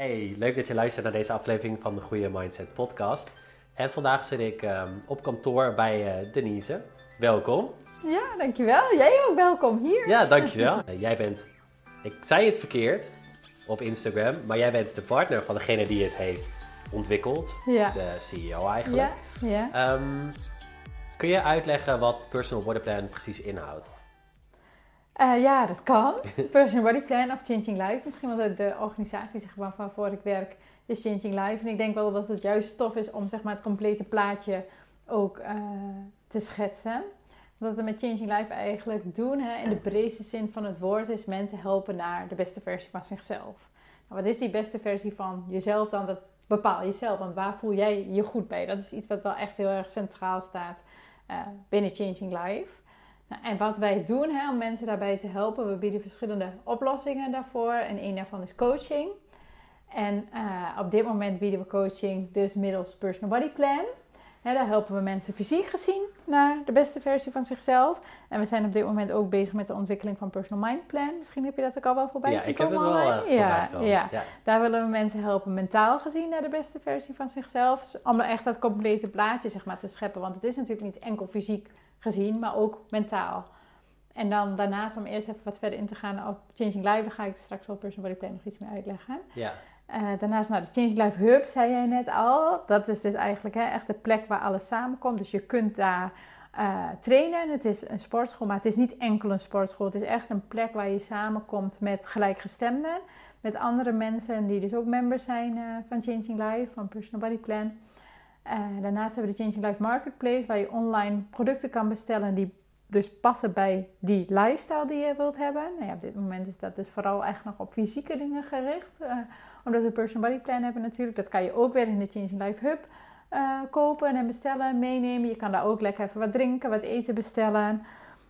Hey, leuk dat je luistert naar deze aflevering van de Goede Mindset podcast. En vandaag zit ik op kantoor bij Denise. Welkom. Ja, dankjewel. Jij ook welkom hier. Ja, dankjewel. Jij bent, ik zei het verkeerd op Instagram, maar jij bent de partner van degene die het heeft ontwikkeld. Ja. De CEO eigenlijk. Ja. Kun je uitleggen wat Personal Body Plan precies inhoudt? Ja, dat kan. Personal Body Plan of Changing Life. Misschien wel de organisatie zeg maar, waarvoor ik werk is Changing Life. En ik denk wel dat het juist tof is om zeg maar, het complete plaatje ook te schetsen. Wat we met Changing Life eigenlijk doen, in de breedste zin van het woord, is mensen helpen naar de beste versie van zichzelf. Nou, wat is die beste versie van jezelf dan? Dat bepaal je zelf. Want waar voel jij je goed bij? Dat is iets wat wel echt heel erg centraal staat binnen Changing Life. Nou, en wat wij doen om mensen daarbij te helpen, we bieden verschillende oplossingen daarvoor. En één daarvan is coaching. En op dit moment bieden we coaching dus middels Personal Body Plan. Daar helpen we mensen fysiek gezien naar de beste versie van zichzelf. En we zijn op dit moment ook bezig met de ontwikkeling van Personal Mind Plan. Misschien heb je dat ook al wel voorbij zien komen. Ja, ik heb het wel voorbij gekomen. Ja. Daar willen we mensen helpen mentaal gezien naar de beste versie van zichzelf. Om echt dat complete plaatje zeg maar, te scheppen. Want het is natuurlijk niet enkel fysiek gezien, maar ook mentaal. En dan daarnaast, om eerst even wat verder in te gaan op Changing Life, dan ga ik straks wel Personal Body Plan nog iets meer uitleggen. Ja. Daarnaast de Changing Life Hub, zei jij net al. Dat is dus eigenlijk echt de plek waar alles samenkomt. Dus je kunt daar trainen. Het is een sportschool, maar het is niet enkel een sportschool. Het is echt een plek waar je samenkomt met gelijkgestemden. Met andere mensen die dus ook members zijn van Changing Life, van Personal Body Plan. Daarnaast hebben we de Changing Life Marketplace, waar je online producten kan bestellen die dus passen bij die lifestyle die je wilt hebben. Nou ja, op dit moment is dat dus vooral echt nog op fysieke dingen gericht. Omdat we een Personal Body Plan hebben natuurlijk. Dat kan je ook weer in de Changing Life Hub kopen en bestellen, meenemen. Je kan daar ook lekker even wat drinken, wat eten bestellen.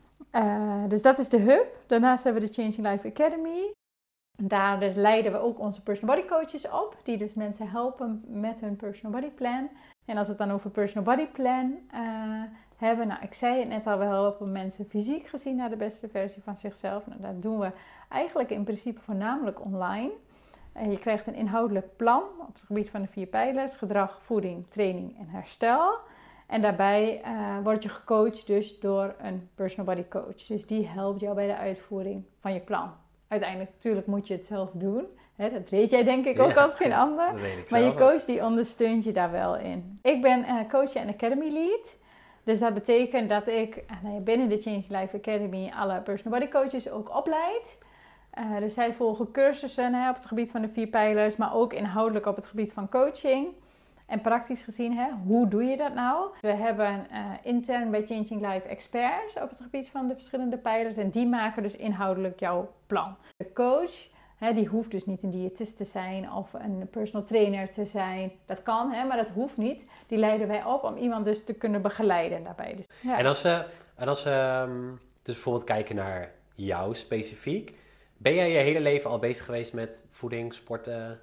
Dus dat is de hub. Daarnaast hebben we de Changing Life Academy. Daar dus leiden we ook onze personal body coaches op. Die dus mensen helpen met hun personal body plan. En als we het dan over personal body plan hebben. Nou, ik zei het net al, we helpen mensen fysiek gezien naar de beste versie van zichzelf. Nou, dat doen we eigenlijk in principe voornamelijk online. Je krijgt een inhoudelijk plan op het gebied van de 4 pijlers. Gedrag, voeding, training en herstel. En daarbij word je gecoacht dus door een personal body coach. Dus die helpt jou bij de uitvoering van je plan. Uiteindelijk natuurlijk moet je het zelf doen. Dat weet jij denk ik ook als geen ander. Dat weet ik maar zelf je coach die ondersteunt je daar wel in. Ik ben coach en Academy Lead. Dus dat betekent dat ik binnen de Changing Life Academy alle personal body coaches ook opleid. Dus zij volgen cursussen op het gebied van de 4 pijlers, maar ook inhoudelijk op het gebied van coaching. En praktisch gezien, hoe doe je dat nou? We hebben intern bij Changing Life experts op het gebied van de verschillende pijlers. En die maken dus inhoudelijk jouw plan. De coach, die hoeft dus niet een diëtist te zijn of een personal trainer te zijn. Dat kan, maar dat hoeft niet. Die leiden wij op om iemand dus te kunnen begeleiden daarbij. Dus, ja. En als we dus bijvoorbeeld kijken naar jou specifiek. Ben jij je hele leven al bezig geweest met voeding, sporten?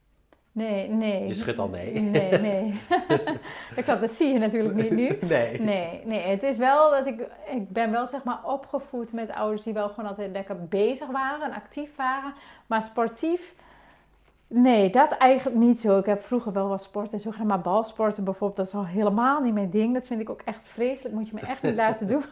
Nee. Je schudt al nee. Nee. Dat klopt, dat zie je natuurlijk niet nu. Nee. Het is wel dat ik ben wel zeg maar opgevoed met ouders die wel gewoon altijd lekker bezig waren en actief waren. Maar sportief, nee, dat eigenlijk niet zo. Ik heb vroeger wel wat sporten, zo graag maar balsporten bijvoorbeeld. Dat is al helemaal niet mijn ding. Dat vind ik ook echt vreselijk. Moet je me echt niet laten doen.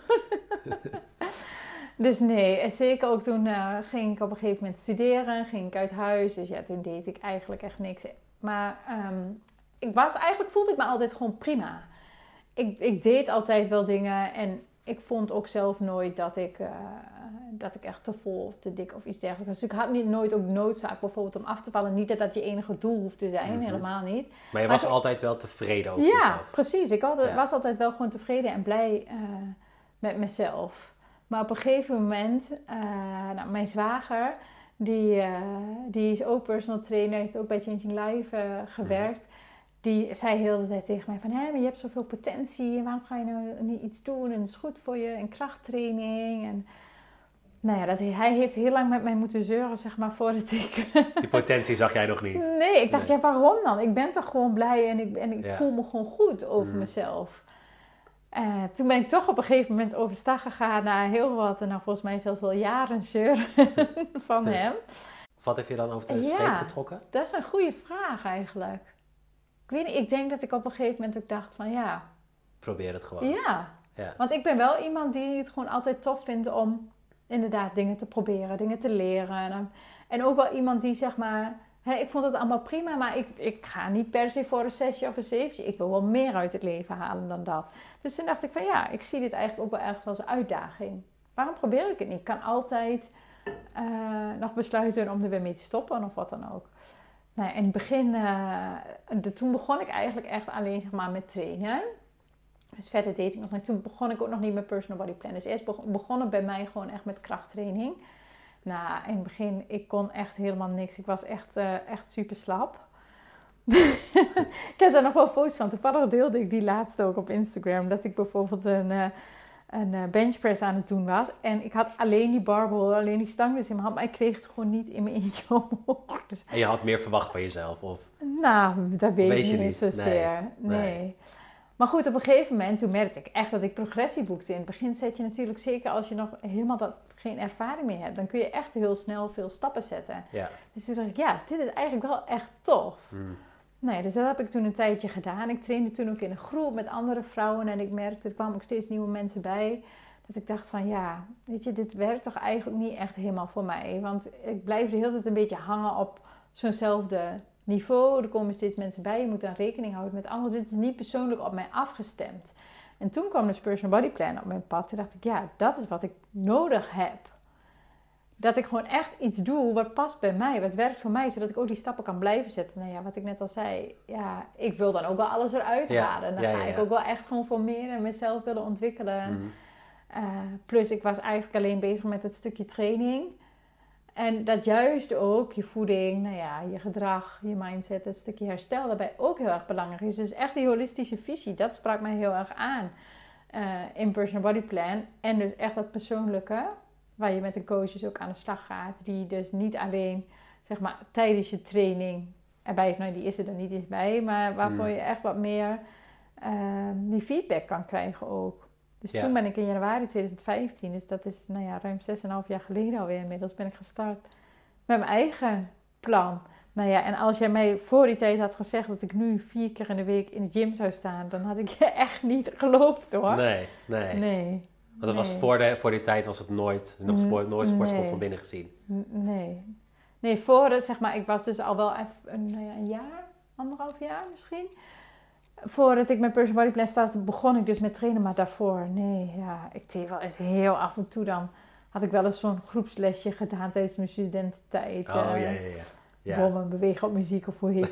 Dus nee, en zeker ook toen ging ik op een gegeven moment studeren, ging ik uit huis. Dus ja, toen deed ik eigenlijk echt niks. Maar voelde ik me altijd gewoon prima. Ik deed altijd wel dingen en ik vond ook zelf nooit dat ik echt te vol of te dik of iets dergelijks. Dus ik had nooit ook noodzaak bijvoorbeeld om af te vallen. Niet dat dat je enige doel hoeft te zijn, helemaal niet. Maar je was altijd wel tevreden over jezelf. Ja, precies. Ik was altijd wel gewoon tevreden en blij met mezelf. Maar op een gegeven moment, mijn zwager, die is ook personal trainer, heeft ook bij Changing Life gewerkt. Die zei heel de tijd tegen mij van, maar je hebt zoveel potentie, waarom ga je nou niet iets doen? En het is goed voor je, en krachttraining. En, hij heeft heel lang met mij moeten zeuren, zeg maar, voordat ik... Die potentie zag jij nog niet? Nee, ik dacht, waarom dan? Ik ben toch gewoon blij en ik voel me gewoon goed over mezelf. Toen ben ik toch op een gegeven moment overstag gegaan naar heel wat. En nou volgens mij zelfs wel jaren zeuren van hem. Of wat heb je dan over de streep getrokken? Dat is een goede vraag eigenlijk. Ik weet niet, ik denk dat ik op een gegeven moment ook dacht van ja... Probeer het gewoon. Ja, want ik ben wel iemand die het gewoon altijd tof vindt om inderdaad dingen te proberen, dingen te leren. En ook wel iemand die zeg maar... ik vond het allemaal prima, maar ik ga niet per se voor een 6 of een 7. Ik wil wel meer uit het leven halen dan dat. Dus toen dacht ik van ja, ik zie dit eigenlijk ook wel ergens als uitdaging. Waarom probeer ik het niet? Ik kan altijd nog besluiten om er weer mee te stoppen of wat dan ook. Nou, in het begin, toen begon ik eigenlijk echt alleen zeg maar, met trainen. Dus verder deed ik nog niet. Toen begon ik ook nog niet met personal body plan. Dus eerst begon het bij mij gewoon echt met krachttraining. Nou, in het begin, ik kon echt helemaal niks. Ik was echt super slap. Ik heb daar nog wel foto's van. Toevallig deelde ik die laatste ook op Instagram. Dat ik bijvoorbeeld een benchpress aan het doen was. En ik had alleen die barbell, alleen die stang dus in mijn hand. Maar ik kreeg het gewoon niet in mijn eentje omhoog. Dus... En je had meer verwacht van jezelf? Of? Nou, dat weet ik niet zozeer. Nee. Maar goed, op een gegeven moment, toen merkte ik echt dat ik progressie boekte. In het begin zet je natuurlijk, zeker als je nog helemaal geen ervaring meer hebt, dan kun je echt heel snel veel stappen zetten. Ja. Dus toen dacht ik, ja, dit is eigenlijk wel echt tof. Nee, dus dat heb ik toen een tijdje gedaan. Ik trainde toen ook in een groep met andere vrouwen en ik merkte, er kwamen ook steeds nieuwe mensen bij. Dat ik dacht van, ja, weet je, dit werkt toch eigenlijk niet echt helemaal voor mij. Want ik blijf de hele tijd een beetje hangen op zo'nzelfde niveau. Er komen steeds mensen bij. Je moet dan rekening houden met anderen. Dit is niet persoonlijk op mij afgestemd. En toen kwam dus Personal Body Plan op mijn pad. Toen dacht ik, ja, dat is wat ik nodig heb. Dat ik gewoon echt iets doe wat past bij mij. Wat werkt voor mij. Zodat ik ook die stappen kan blijven zetten. Nou ja, wat ik net al zei. Ja, ik wil dan ook wel alles eruit halen. Dan ga ik ook wel echt gewoon voor meer en mezelf willen ontwikkelen. Plus ik was eigenlijk alleen bezig met het stukje training. En dat juist ook je voeding, nou ja, je gedrag, je mindset, het stukje herstel daarbij ook heel erg belangrijk is. Dus echt die holistische visie, dat sprak mij heel erg aan in Personal Body Plan. En dus echt dat persoonlijke, waar je met een coach dus ook aan de slag gaat. Die dus niet alleen, zeg maar, tijdens je training erbij is. Nou, die is er dan niet eens bij. Maar waarvoor je echt wat meer die feedback kan krijgen ook. Dus toen ben ik in januari 2015, dus dat is nou ja, ruim 6,5 jaar geleden alweer inmiddels, ben ik gestart met mijn eigen plan. Nou ja, en als jij mij voor die tijd had gezegd dat ik nu 4 keer in de week in de gym zou staan, dan had ik je echt niet geloofd hoor. Nee. Want dat was voor die tijd was het nooit sportschool van binnen gezien. Nee, voor het, zeg maar, ik was dus al wel even een jaar, 1,5 jaar misschien. Voordat ik met Personal Body Plan startte, begon ik dus met trainen. Maar daarvoor, ik deed wel eens heel af en toe. Dan had ik wel eens zo'n groepslesje gedaan tijdens mijn studententijd. Bommen, bewegen op muziek of hoe heet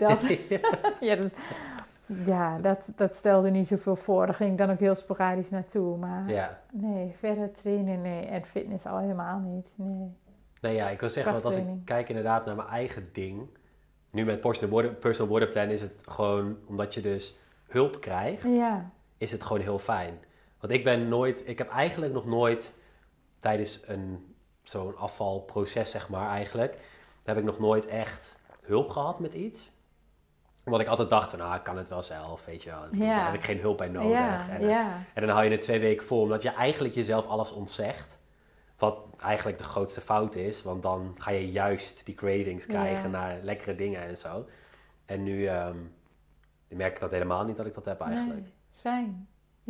dat? Dat stelde niet zoveel voor. Daar ging ik dan ook heel sporadisch naartoe. Maar nee, verder trainen en fitness al helemaal niet. Nee, ja, ik wil zeggen, want als ik kijk inderdaad naar mijn eigen ding. Nu met Personal Body Plan is het gewoon, omdat je dus hulp krijgt, is het gewoon heel fijn. Want ik heb eigenlijk nog nooit tijdens zo'n afvalproces, zeg maar eigenlijk, heb ik nog nooit echt hulp gehad met iets. Omdat ik altijd dacht van, ik kan het wel zelf, weet je wel. Daar heb ik geen hulp bij nodig. En dan hou je het 2 weken vol, omdat je eigenlijk jezelf alles ontzegt. Wat eigenlijk de grootste fout is, want dan ga je juist die cravings krijgen naar lekkere dingen en zo. En nu merk ik dat helemaal niet dat ik dat heb eigenlijk. Nee, fijn.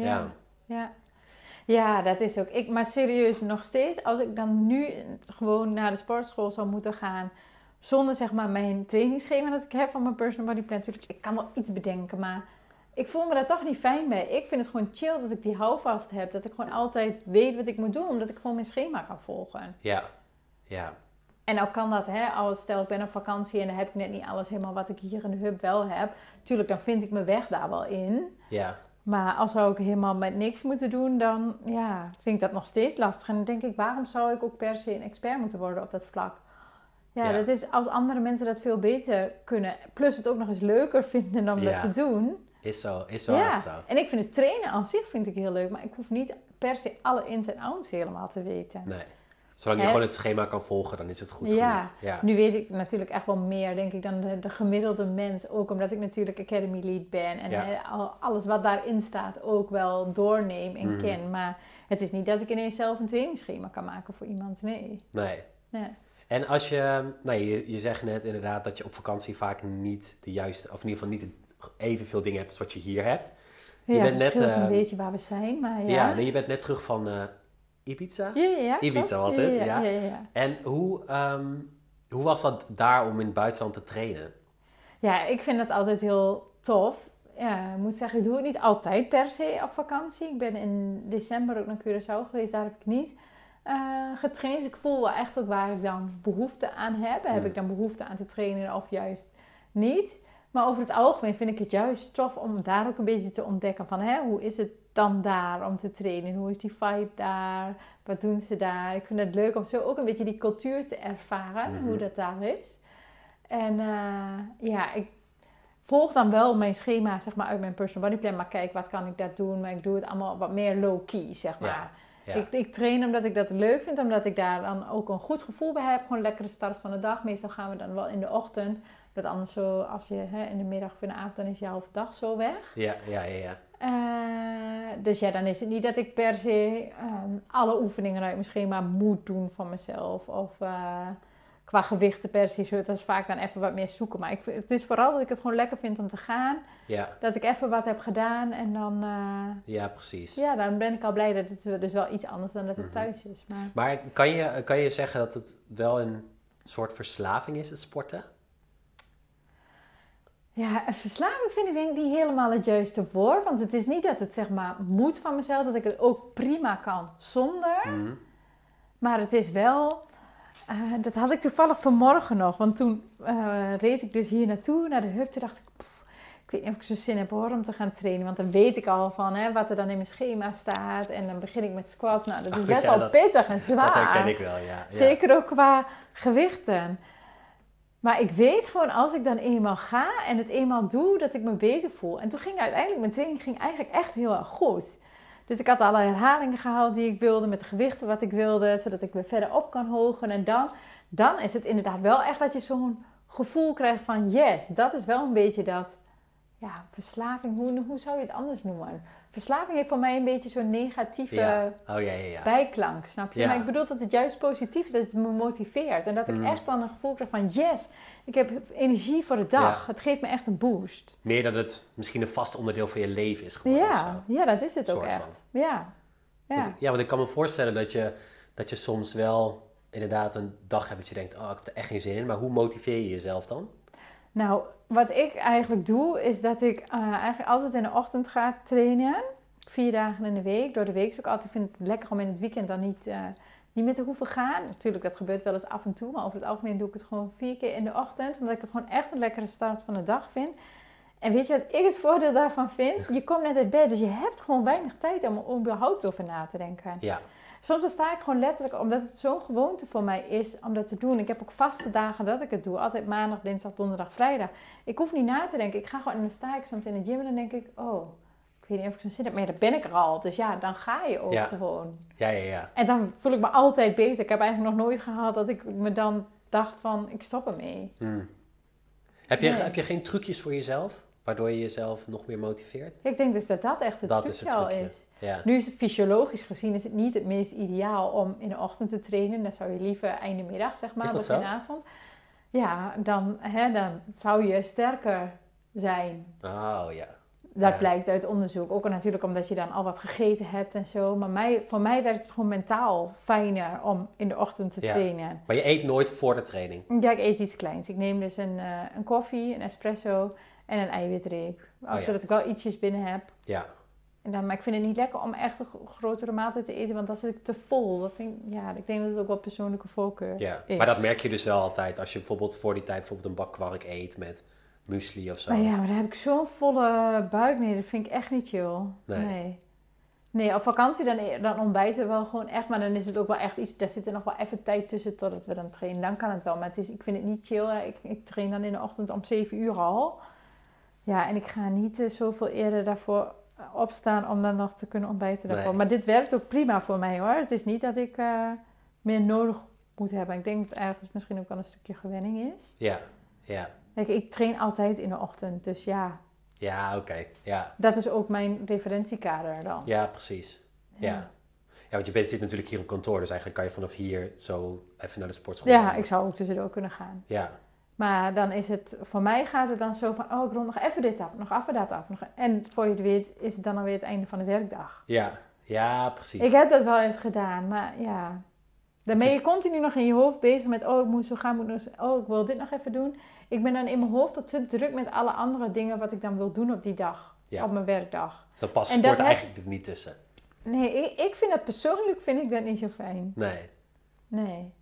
Ja, dat is ook. Maar serieus, nog steeds, als ik dan nu gewoon naar de sportschool zou moeten gaan, zonder zeg maar mijn trainingsschema dat ik heb van mijn Personal Body Plan. Natuurlijk, ik kan wel iets bedenken, maar ik voel me daar toch niet fijn bij. Ik vind het gewoon chill dat ik die houvast heb. Dat ik gewoon altijd weet wat ik moet doen, omdat ik gewoon mijn schema kan volgen. Ja. En nou kan dat, stel ik ben op vakantie en dan heb ik net niet alles helemaal wat ik hier in de hub wel heb. Tuurlijk, dan vind ik mijn weg daar wel in. Ja. Maar als zou ik helemaal met niks moeten doen, dan vind ik dat nog steeds lastig. En dan denk ik, waarom zou ik ook per se een expert moeten worden op dat vlak? Ja, dat is als andere mensen dat veel beter kunnen. Plus het ook nog eens leuker vinden dan dat te doen. Is wel echt zo. En ik vind het trainen aan zich vind ik heel leuk. Maar ik hoef niet per se alle ins en outs helemaal te weten. Nee. Zolang je gewoon het schema kan volgen, dan is het goed genoeg. Ja, nu weet ik natuurlijk echt wel meer, denk ik, dan de gemiddelde mens. Ook omdat ik natuurlijk Academy Lead ben. En alles wat daarin staat ook wel doorneem en ken. Maar het is niet dat ik ineens zelf een trainingsschema kan maken voor iemand. Nee. En als je, je zegt net inderdaad dat je op vakantie vaak niet de juiste, of in ieder geval niet evenveel dingen hebt als wat je hier hebt. Je bent net een beetje waar we zijn, maar ja. Ja, je bent net terug van Ibiza? Ja. Ibiza was het, ja. En hoe was dat daar om in het buitenland te trainen? Ja, ik vind het altijd heel tof. Ja, ik moet zeggen, ik doe het niet altijd per se op vakantie. Ik ben in december ook naar Curaçao geweest, daar heb ik niet getraind. Dus ik voel wel echt ook waar ik dan behoefte aan heb. Heb ik dan behoefte aan te trainen of juist niet? Maar over het algemeen vind ik het juist tof om daar ook een beetje te ontdekken van hoe is het dan daar om te trainen? Hoe is die vibe daar? Wat doen ze daar? Ik vind het leuk om zo ook een beetje die cultuur te ervaren, hoe dat daar is. En ik volg dan wel mijn schema zeg maar uit mijn personal body plan, maar kijk, wat kan ik daar doen? Maar ik doe het allemaal wat meer low-key, zeg maar. Ja. Ik train omdat ik dat leuk vind, omdat ik daar dan ook een goed gevoel bij heb. Gewoon een lekkere start van de dag. Meestal gaan we dan wel in de ochtend. Dat anders zo, als je in de middag of in de avond, dan is je halve dag zo weg. Ja. Dus ja, dan is het niet dat ik per se alle oefeningen uit mijn schema moet doen van mezelf. Of qua gewichten per se. Dat is vaak dan even wat meer zoeken. Maar het is vooral dat ik het gewoon lekker vind om te gaan. Ja. Dat ik even wat heb gedaan en dan... ja, precies. Ja, dan ben ik al blij dat het dus wel iets anders dan dat het thuis is. Maar kan je zeggen dat het wel een soort verslaving is, het sporten? Ja, een verslaving vind ik denk ik niet helemaal het juiste woord. Want het is niet dat het zeg maar moet van mezelf. Dat ik het ook prima kan zonder. Maar het is wel... dat had ik toevallig vanmorgen nog. Want toen reed ik dus hier naartoe, naar de hub. Toen dacht ik, ik weet niet of ik zo zin heb hoor, om te gaan trainen. Want dan weet ik al van wat er dan in mijn schema staat. En dan begin ik met squats. Nou, dat is best wel pittig en zwaar. Dat herken ik wel, ja. Zeker ook qua gewichten. Maar ik weet gewoon als ik dan eenmaal ga en het eenmaal doe, dat ik me beter voel. En toen ging uiteindelijk, mijn training ging eigenlijk echt heel erg goed. Dus ik had alle herhalingen gehaald die ik wilde, met de gewichten wat ik wilde, zodat ik weer verder op kan hogen. En dan is het inderdaad wel echt dat je zo'n gevoel krijgt van yes, dat is wel een beetje dat, verslaving, hoe zou je het anders noemen? Verslaving heeft voor mij een beetje zo'n negatieve bijklank, snap je? Ja. Maar ik bedoel dat het juist positief is, dat het me motiveert. En dat ik echt dan een gevoel krijg van yes, ik heb energie voor de dag. Ja. Het geeft me echt een boost. Meer dat het misschien een vast onderdeel van je leven is geworden. Ja, dat is het ook echt. Ja. Want ik kan me voorstellen dat je soms wel inderdaad een dag hebt dat je denkt, ik heb er echt geen zin in. Maar hoe motiveer je jezelf dan? Nou, wat ik eigenlijk doe, is dat ik eigenlijk altijd in de ochtend ga trainen. 4 dagen in de week. Door de week is ook altijd, vind ik het lekker om in het weekend dan niet meer te hoeven gaan. Natuurlijk, dat gebeurt wel eens af en toe. Maar over het algemeen doe ik het gewoon 4 keer in de ochtend. Omdat ik het gewoon echt een lekkere start van de dag vind. En weet je wat ik het voordeel daarvan vind? Je komt net uit bed, dus je hebt gewoon weinig tijd om überhaupt over na te denken. Ja. Soms dan sta ik gewoon letterlijk, omdat het zo'n gewoonte voor mij is om dat te doen. Ik heb ook vaste dagen dat ik het doe. Altijd maandag, dinsdag, donderdag, vrijdag. Ik hoef niet na te denken. Ik ga gewoon en dan sta ik soms in de gym en dan denk ik, ik weet niet of ik zo'n zin heb. Maar dan ben ik er al. Dus ja, dan ga je ook gewoon. Ja. En dan voel ik me altijd bezig. Ik heb eigenlijk nog nooit gehad dat ik me dan dacht van, ik stop ermee. Heb je geen trucjes voor jezelf? Waardoor je jezelf nog meer motiveert? Ik denk dus dat echt het trucje al is. Ja. Nu is het fysiologisch gezien is het niet het meest ideaal om in de ochtend te trainen. Dan zou je liever einde middag, zeg maar, of in de avond. Ja, dan zou je sterker zijn. Oh ja. Dat blijkt uit onderzoek. Ook natuurlijk omdat je dan al wat gegeten hebt en zo. Maar voor mij werkt het gewoon mentaal fijner om in de ochtend te trainen. Maar je eet nooit voor de training? Ja, ik eet iets kleins. Ik neem dus een koffie, een espresso en een eiwitreep. Zodat ik wel ietsjes binnen heb. Ja. Maar ik vind het niet lekker om echt een grotere maaltijd te eten, want dan zit ik te vol. Dat ik denk dat het ook wel persoonlijke voorkeur is. Maar dat merk je dus wel altijd als je bijvoorbeeld voor die tijd een bak kwark eet met muesli of zo. Maar dan heb ik zo'n volle buik. Nee, dat vind ik echt niet chill. Nee, op vakantie dan ontbijten we wel gewoon echt, maar dan is het ook wel echt iets, daar zit er nog wel even tijd tussen totdat we dan trainen. Dan kan het wel, maar ik vind het niet chill. Ik train dan in de ochtend om 7 uur al. Ja, en ik ga niet zoveel eerder daarvoor opstaan om dan nog te kunnen ontbijten daarvoor. Nee. Maar dit werkt ook prima voor mij hoor. Het is niet dat ik meer nodig moet hebben. Ik denk dat het ergens misschien ook wel een stukje gewenning is. Ja. Kijk, ik train altijd in de ochtend, dus ja. Ja, oké. Ja. Dat is ook mijn referentiekader dan. Ja, precies. Ja. want je zit natuurlijk hier op kantoor, dus eigenlijk kan je vanaf hier zo even naar de sportschool. Ja, ik zou ook tussendoor kunnen gaan. Ja. Maar dan is het, voor mij gaat het dan zo van, ik rond nog even dit af, nog even dat af. En voor je het weet is het dan alweer het einde van de werkdag. Ja, precies. Ik heb dat wel eens gedaan, maar ja. Dan ben je continu nog in je hoofd bezig met, ik moet zo gaan, ik wil dit nog even doen. Ik ben dan in mijn hoofd te druk met alle andere dingen wat ik dan wil doen op die dag. Ja. Op mijn werkdag. Dus dan past sport eigenlijk er niet tussen. Nee, ik vind dat persoonlijk niet zo fijn. Nee.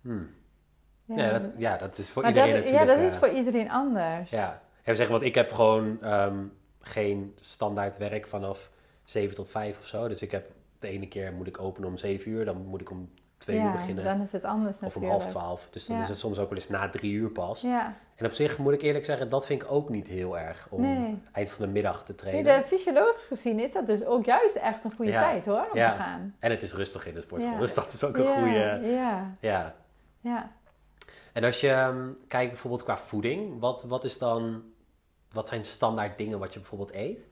Ja, dat is voor iedereen natuurlijk. Ja, dat is voor iedereen anders. Ja, even zeggen, want ik heb gewoon geen standaard werk vanaf 7 tot 5 of zo. Dus ik heb de ene keer moet ik openen om 7 uur, dan moet ik om 2 uur beginnen. Dan is het anders of natuurlijk. om 11:30. Dus dan is het soms ook wel eens na 3 uur pas. Ja. En op zich moet ik eerlijk zeggen, dat vind ik ook niet heel erg om eind van de middag te trainen. Nee, fysiologisch gezien is dat dus ook juist echt een goede tijd hoor, om te gaan. En het is rustig in de sportschool, dus dat is ook een goede... Ja. En als je kijkt bijvoorbeeld qua voeding, wat zijn standaard dingen wat je bijvoorbeeld eet?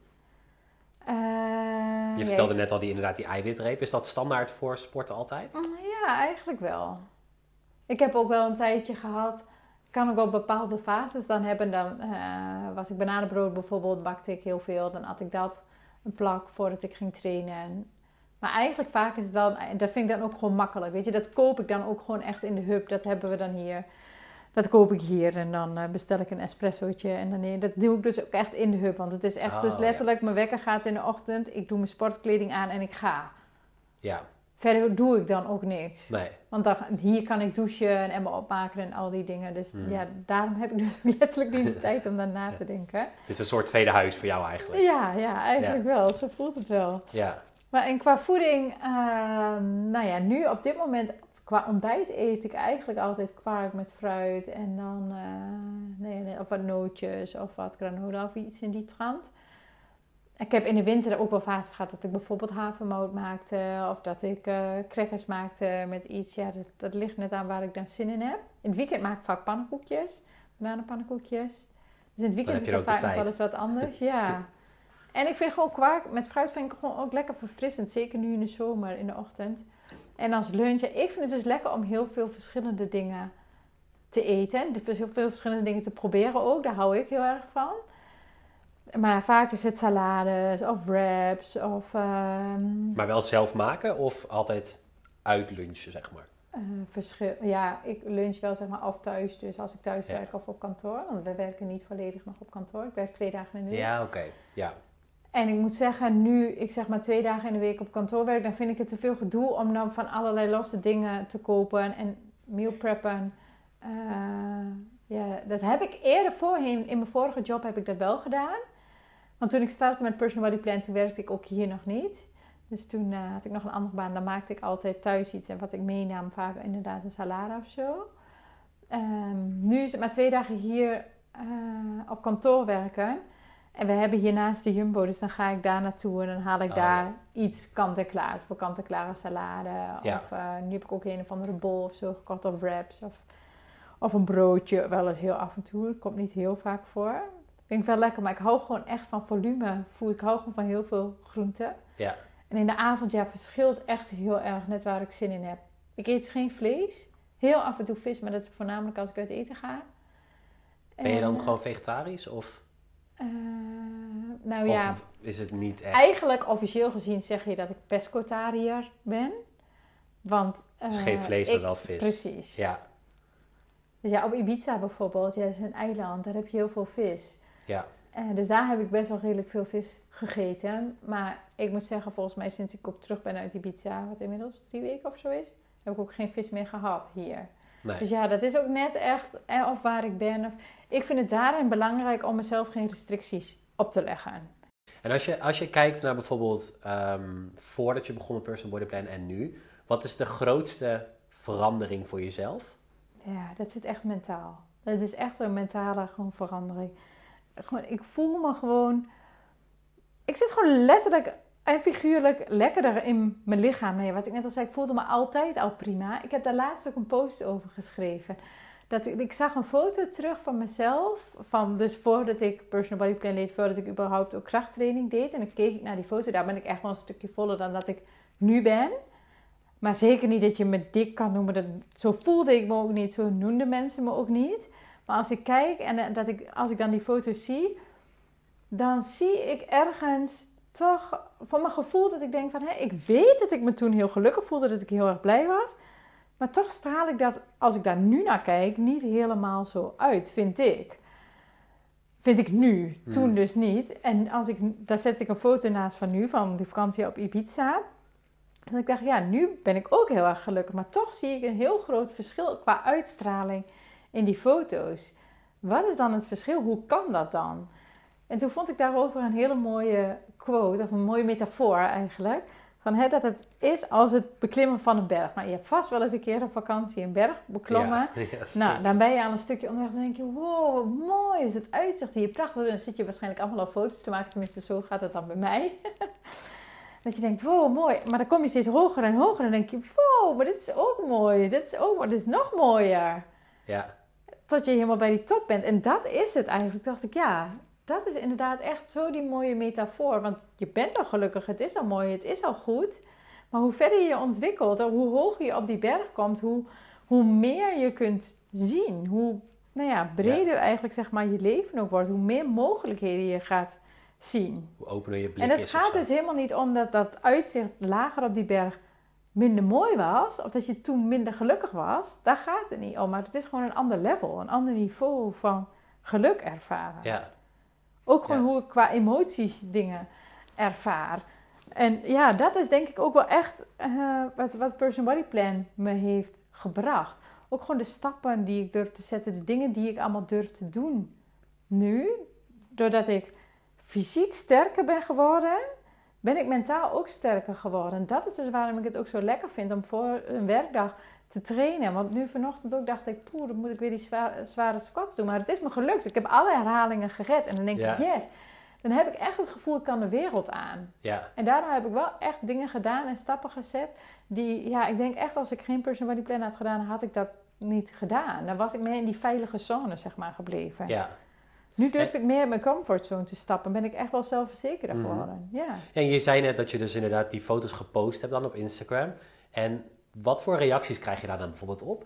Je vertelde net al inderdaad die eiwitreep. Is dat standaard voor sporten altijd? Ja, eigenlijk wel. Ik heb ook wel een tijdje gehad, kan ik op bepaalde fases dan hebben. Dan was ik bananenbrood bijvoorbeeld, bakte ik heel veel. Dan at ik dat een plak voordat ik ging trainen. Maar eigenlijk vaak is dat vind ik dan ook gewoon makkelijk. Weet je, dat koop ik dan ook gewoon echt in de hub. Dat hebben we dan hier. Dat koop ik hier en dan bestel ik een espressootje. En dan, dat doe ik dus ook echt in de hub. Want het is echt dus letterlijk, mijn wekker gaat in de ochtend. Ik doe mijn sportkleding aan en ik ga. Ja. Verder doe ik dan ook niks. Nee. Want hier kan ik douchen en emmer opmaken en al die dingen. Dus daarom heb ik dus letterlijk niet de tijd om daarna te denken. Het is een soort tweede huis voor jou eigenlijk. Ja, eigenlijk wel. Zo voelt het wel. Ja. Maar en qua voeding, nu op dit moment, qua ontbijt eet ik eigenlijk altijd kwark met fruit en dan of wat nootjes of wat granola of iets in die trant. Ik heb in de winter ook wel fases gehad dat ik bijvoorbeeld havermout maakte of dat ik crackers maakte met iets. Ja, dat ligt net aan waar ik dan zin in heb. In het weekend maak ik vaak pannenkoekjes, bananenpannenkoekjes. Dus in het weekend is dat vaak nog wel eens wat anders. Ja. En ik vind gewoon kwark met fruit vind ik gewoon ook lekker verfrissend. Zeker nu in de zomer, in de ochtend. En als lunch, ik vind het dus lekker om heel veel verschillende dingen te eten. Dus heel veel verschillende dingen te proberen ook. Daar hou ik heel erg van. Maar vaak is het salades of wraps of... Maar wel zelf maken of altijd uit lunchen, zeg maar? Ik lunch wel zeg maar of thuis. Dus als ik thuis werk of op kantoor. Want we werken niet volledig nog op kantoor. Ik werk 2 dagen in de week. Ja, oké. Ja. En ik moet zeggen, nu ik zeg maar 2 dagen in de week op kantoor werk, dan vind ik het te veel gedoe om dan van allerlei losse dingen te kopen en meal preppen. Dat heb ik eerder voorheen, in mijn vorige job heb ik dat wel gedaan. Want toen ik startte met Personal Body Plan, toen werkte ik ook hier nog niet. Dus toen had ik nog een andere baan, dan maakte ik altijd thuis iets en wat ik meenam, vaak inderdaad een salade of zo. Nu is het maar 2 dagen hier op kantoor werken. En we hebben hiernaast de Jumbo, dus dan ga ik daar naartoe en dan haal ik daar iets kant-en-klaar. Voor kant-en-klare salade. Ja. Of nu heb ik ook een of andere bol of zo gekocht, of wraps. Of een broodje, wel eens heel af en toe. Dat komt niet heel vaak voor. Vind ik wel lekker, maar ik hou gewoon echt van volume. Ik hou gewoon van heel veel groenten. Ja. En in de avond, verschilt echt heel erg net waar ik zin in heb. Ik eet geen vlees. Heel af en toe vis, maar dat is voornamelijk als ik uit eten ga. Ben je dan gewoon vegetarisch of... Of is het niet echt? Eigenlijk officieel gezien zeg je dat ik pescotariër ben. Want, dus geen vlees, maar wel vis. Precies. Ja. Dus op Ibiza bijvoorbeeld, dat is een eiland, daar heb je heel veel vis. Ja. Dus daar heb ik best wel redelijk veel vis gegeten. Maar ik moet zeggen, volgens mij sinds ik ook terug ben uit Ibiza, wat inmiddels 3 weken of zo is, heb ik ook geen vis meer gehad hier. Nee. Dus dat is ook net echt of waar ik ben. Ik vind het daarin belangrijk om mezelf geen restricties op te leggen. En als je kijkt naar bijvoorbeeld voordat je begon met Personal Body Plan en nu, wat is de grootste verandering voor jezelf? Ja, dat zit echt mentaal. Dat is echt een mentale verandering. Ik voel me gewoon... Ik zit gewoon letterlijk en figuurlijk lekkerder in mijn lichaam. Nee, wat ik net al zei, ik voelde me altijd al prima. Ik heb daar laatst ook een post over geschreven. Ik zag een foto terug van mezelf. Dus voordat ik Personal Body Plan deed, voordat ik überhaupt ook krachttraining deed. En dan keek ik naar die foto. Daar ben ik echt wel een stukje voller dan dat ik nu ben. Maar zeker niet dat je me dik kan noemen. Zo voelde ik me ook niet. Zo noemden mensen me ook niet. Maar als ik kijk en als ik dan die foto's zie, dan zie ik ergens toch van mijn gevoel dat ik denk van, ik weet dat ik me toen heel gelukkig voelde, dat ik heel erg blij was. Maar toch straal ik dat, als ik daar nu naar kijk, niet helemaal zo uit, vind ik. Vind ik nu. Toen dus niet. En daar zet ik een foto naast van nu, van die vakantie op Ibiza. En ik dacht, ja, nu ben ik ook heel erg gelukkig. Maar toch zie ik een heel groot verschil qua uitstraling in die foto's. Wat is dan het verschil? Hoe kan dat dan? En toen vond ik daarover een hele mooie quote, of een mooie metafoor eigenlijk. Van, dat het is als het beklimmen van een berg. Nou, je hebt vast wel eens een keer op vakantie een berg beklommen. Nou, dan ben je aan een stukje onderweg en dan denk je, wow, wat mooi is het uitzicht hier, prachtig. Dan zit je waarschijnlijk allemaal al foto's te maken, tenminste zo gaat het dan bij mij. Dat je denkt, wow, mooi. Maar dan kom je steeds hoger en hoger en dan denk je, wow, maar dit is ook mooi. Dit is nog mooier. Ja. Tot je helemaal bij die top bent. En dat is het eigenlijk. Dacht ik, ja, dat is inderdaad echt zo die mooie metafoor. Want je bent al gelukkig, het is al mooi, het is al goed. Maar hoe verder je ontwikkelt, en hoe hoger je op die berg komt, hoe meer je kunt zien. Hoe breder eigenlijk zeg maar je leven ook wordt. Hoe meer mogelijkheden je gaat zien. Hoe opener je blik is. En het gaat dus helemaal niet om dat uitzicht lager op die berg minder mooi was. Of dat je toen minder gelukkig was. Daar gaat het niet om. Maar het is gewoon een ander level. Een ander niveau van geluk ervaren. Ja. Ook gewoon hoe ik qua emoties dingen ervaar. En ja, dat is denk ik ook wel echt wat Person Body Plan me heeft gebracht. Ook gewoon de stappen die ik durf te zetten. De dingen die ik allemaal durf te doen nu. Doordat ik fysiek sterker ben geworden, ben ik mentaal ook sterker geworden. Dat is dus waarom ik het ook zo lekker vind om voor een werkdag te trainen. Want nu vanochtend ook dacht ik, dan moet ik weer die zware squats doen. Maar het is me gelukt. Ik heb alle herhalingen gered. En dan denk ik, yes. Dan heb ik echt het gevoel, ik kan de wereld aan. Ja. En daardoor heb ik wel echt dingen gedaan en stappen gezet. Die, ik denk echt, als ik geen Person Body Plan had gedaan, had ik dat niet gedaan. Dan was ik meer in die veilige zone, zeg maar, gebleven. Ja. Nu durf ik meer in mijn comfortzone te stappen. Ben ik echt wel zelfverzekerder geworden. Ja. En je zei net dat je dus inderdaad die foto's gepost hebt dan op Instagram. En wat voor reacties krijg je daar dan bijvoorbeeld op?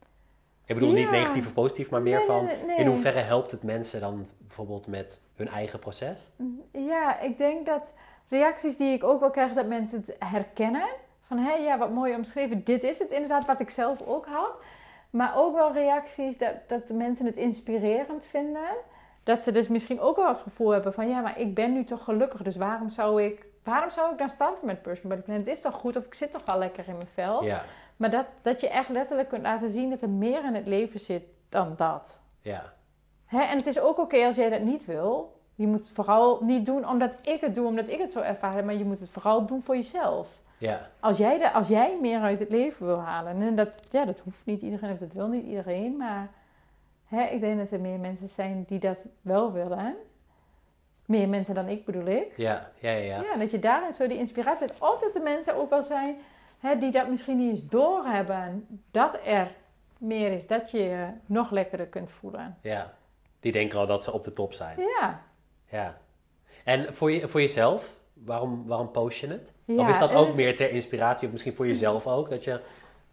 Ik bedoel niet negatief of positief, maar meer nee. In hoeverre helpt het mensen dan bijvoorbeeld met hun eigen proces? Ja, ik denk dat reacties die ik ook wel krijg, dat mensen het herkennen. Van, wat mooi omschreven. Dit is het inderdaad wat ik zelf ook had. Maar ook wel reacties dat de mensen het inspirerend vinden. Dat ze dus misschien ook wel het gevoel hebben van, maar ik ben nu toch gelukkig. Dus waarom zou ik dan starten met Person Body Plan? Het is toch goed of ik zit toch al lekker in mijn vel. Ja. Maar dat je echt letterlijk kunt laten zien dat er meer in het leven zit dan dat. Ja. En het is ook oké als jij dat niet wil. Je moet het vooral niet doen omdat ik het doe, omdat ik het zo ervaar. Maar je moet het vooral doen voor jezelf. Ja. Als jij meer uit het leven wil halen. En dat hoeft niet iedereen, of dat wil niet iedereen. Maar ik denk dat er meer mensen zijn die dat wel willen. Meer mensen dan ik, bedoel ik. Ja. Ja, dat je daarin zo die inspiratie hebt. Of dat er mensen ook wel zijn die dat misschien niet eens doorhebben. Dat er meer is. Dat je je nog lekkerder kunt voelen. Ja. Die denken al dat ze op de top zijn. Ja. En voor jezelf, waarom post je het? Ja, of is dat ook meer ter inspiratie? Of misschien voor jezelf ook? Dat je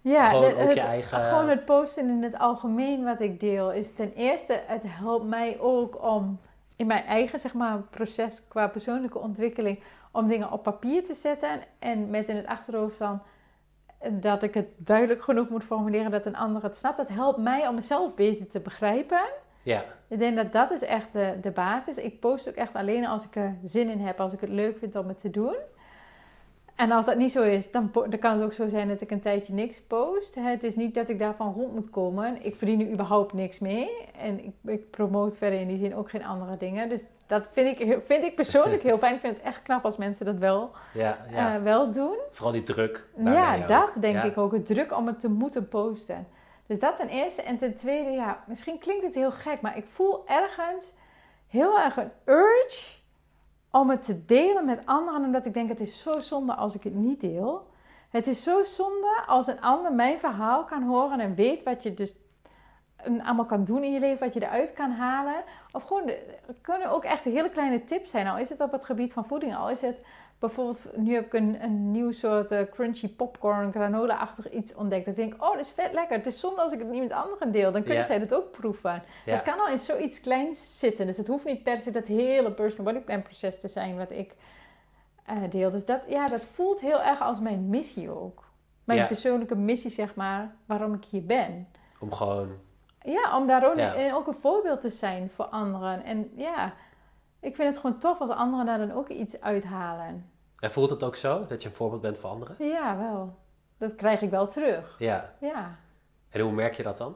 gewoon het posten in het algemeen wat ik deel. Is ten eerste, het helpt mij ook om in mijn eigen zeg maar, proces qua persoonlijke ontwikkeling. Om dingen op papier te zetten. En met in het achterhoofd van dat ik het duidelijk genoeg moet formuleren dat een ander het snapt. Dat helpt mij om mezelf beter te begrijpen. Ja. Ik denk dat is echt de basis. Ik post ook echt alleen als ik er zin in heb. Als ik het leuk vind om het te doen. En als dat niet zo is, dan kan het ook zo zijn dat ik een tijdje niks post. Het is niet dat ik daarvan rond moet komen. Ik verdien er überhaupt niks mee. En ik promote verder in die zin ook geen andere dingen. Dus dat vind ik persoonlijk heel fijn. Ik vind het echt knap als mensen dat wel doen. Vooral die druk. Ja, dat denk ik ook. Het druk om het te moeten posten. Dus dat ten eerste. En ten tweede, misschien klinkt het heel gek. Maar ik voel ergens heel erg een urge om het te delen met anderen. Omdat ik denk, het is zo zonde als ik het niet deel. Het is zo zonde als een ander mijn verhaal kan horen en weet wat je dus allemaal kan doen in je leven, wat je eruit kan halen. Of gewoon, het kunnen ook echt hele kleine tips zijn. Al is het op het gebied van voeding, al is het bijvoorbeeld, nu heb ik een nieuw soort crunchy popcorn, granola-achtig iets ontdekt. Dat ik denk, oh, dat is vet lekker. Het is zonde als ik het niet met anderen deel. Dan kunnen zij dat ook proeven. Ja. Het kan al in zoiets kleins zitten. Dus het hoeft niet per se dat hele personal body plan proces te zijn wat ik deel. Dus dat voelt heel erg als mijn missie ook. Mijn persoonlijke missie, zeg maar, waarom ik hier ben. Om gewoon... Ja, om daar ook een voorbeeld te zijn voor anderen. En ja, ik vind het gewoon tof als anderen daar dan ook iets uithalen. En voelt het ook zo, dat je een voorbeeld bent voor anderen? Ja, wel. Dat krijg ik wel terug. Ja. En hoe merk je dat dan?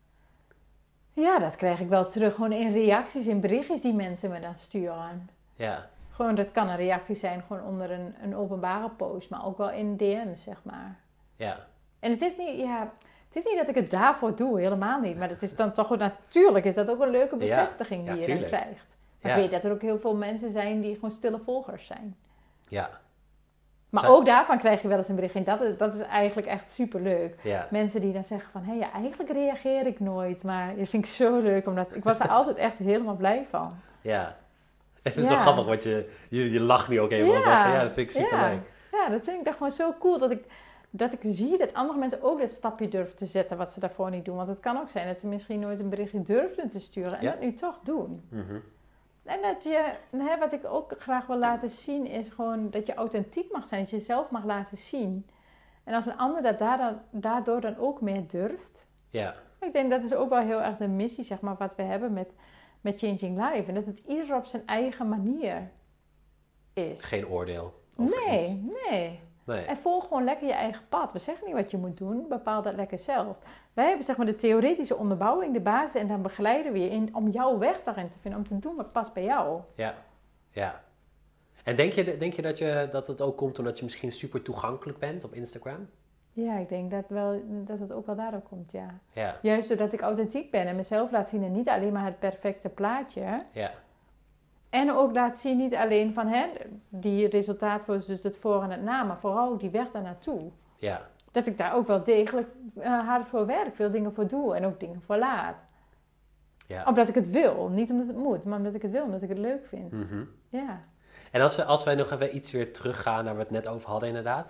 Ja, dat krijg ik wel terug. Gewoon in reacties, in berichtjes die mensen me dan sturen. Ja. Gewoon, dat kan een reactie zijn gewoon onder een openbare post. Maar ook wel in DM's, zeg maar. Ja. En het is niet dat ik het daarvoor doe, helemaal niet. Maar het is dan toch natuurlijk is dat ook een leuke bevestiging die je dan krijgt. Maar ik weet dat er ook heel veel mensen zijn die gewoon stille volgers zijn. Ja. Maar ook daarvan krijg je wel eens een bericht. Dat is eigenlijk echt superleuk. Ja. Mensen die dan zeggen van, ja, eigenlijk reageer ik nooit. Maar dat vind ik zo leuk, omdat ik was er altijd echt helemaal blij van. Ja. Het is toch grappig, want je lacht nu ook helemaal zo van, dat vind ik superleuk. Ja, dat vind ik dan gewoon zo cool dat ik zie dat andere mensen ook dat stapje durven te zetten wat ze daarvoor niet doen. Want het kan ook zijn dat ze misschien nooit een berichtje durfden te sturen en dat nu toch doen. Mm-hmm. En wat ik ook graag wil laten zien is gewoon dat je authentiek mag zijn, dat je jezelf mag laten zien. En als een ander dat daardoor dan ook meer durft. Ja. Ik denk dat is ook wel heel erg de missie, zeg maar, wat we hebben met Changing Life. En dat het ieder op zijn eigen manier is. Geen oordeel over iets. Nee. En volg gewoon lekker je eigen pad. We zeggen niet wat je moet doen, bepaal dat lekker zelf. Wij hebben zeg maar de theoretische onderbouwing, de basis, en dan begeleiden we je om jouw weg daarin te vinden, om te doen wat past bij jou. Ja. En denk je dat het ook komt omdat je misschien super toegankelijk bent op Instagram? Ja, ik denk dat het ook wel daardoor komt, ja. Juist doordat ik authentiek ben en mezelf laat zien en niet alleen maar het perfecte plaatje. Ja. En ook laat zien niet alleen van die resultaatfoto's, dus het voor en het na, maar vooral die weg daar naartoe. Ja. Dat ik daar ook wel degelijk hard voor werk, veel dingen voor doe en ook dingen voor laat. Ja. Omdat ik het wil, niet omdat het moet, maar omdat ik het wil, omdat ik het leuk vind. Mm-hmm. Ja. En als wij nog even iets weer teruggaan naar wat we het net over hadden inderdaad.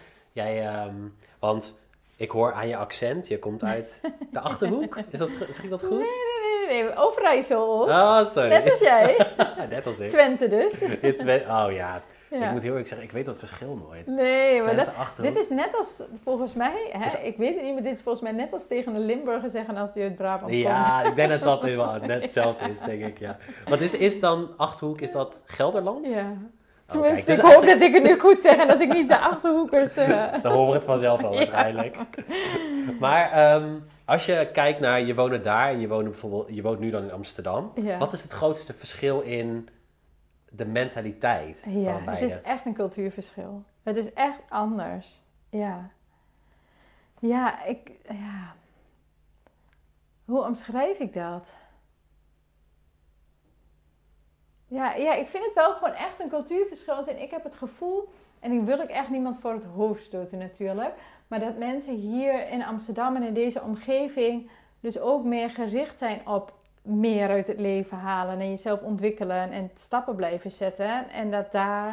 Want ik hoor aan je accent, je komt uit de Achterhoek. Zeg ik dat goed? Nee, Overijssel. Oh, sorry. Net als jij. Net als ik. Twente dus. Oh ja. Ik moet heel eerlijk zeggen, ik weet dat verschil nooit. Nee, maar dit is net als, volgens mij, ik weet het niet, maar dit is volgens mij net als tegen een Limburger zeggen als die uit Brabant komt. Ja, ik denk dat dat net hetzelfde is, denk ik, ja. Wat is dan Achterhoek, is dat Gelderland? Ja. Tenminste, dus ik hoop dat ik het nu goed zeg en dat ik niet de Achterhoekers... Dan horen we het vanzelf al waarschijnlijk. Maar als je kijkt naar, je woont daar en je woont nu dan in Amsterdam. Ja. Wat is het grootste verschil in de mentaliteit van beide? Het is echt een cultuurverschil. Het is echt anders. Ja. Hoe omschrijf ik dat? Ja, ik vind het wel gewoon echt een cultuurverschil. En ik heb het gevoel, en ik wil echt niemand voor het hoofd stoten natuurlijk, maar dat mensen hier in Amsterdam en in deze omgeving dus ook meer gericht zijn op meer uit het leven halen en jezelf ontwikkelen en stappen blijven zetten. En dat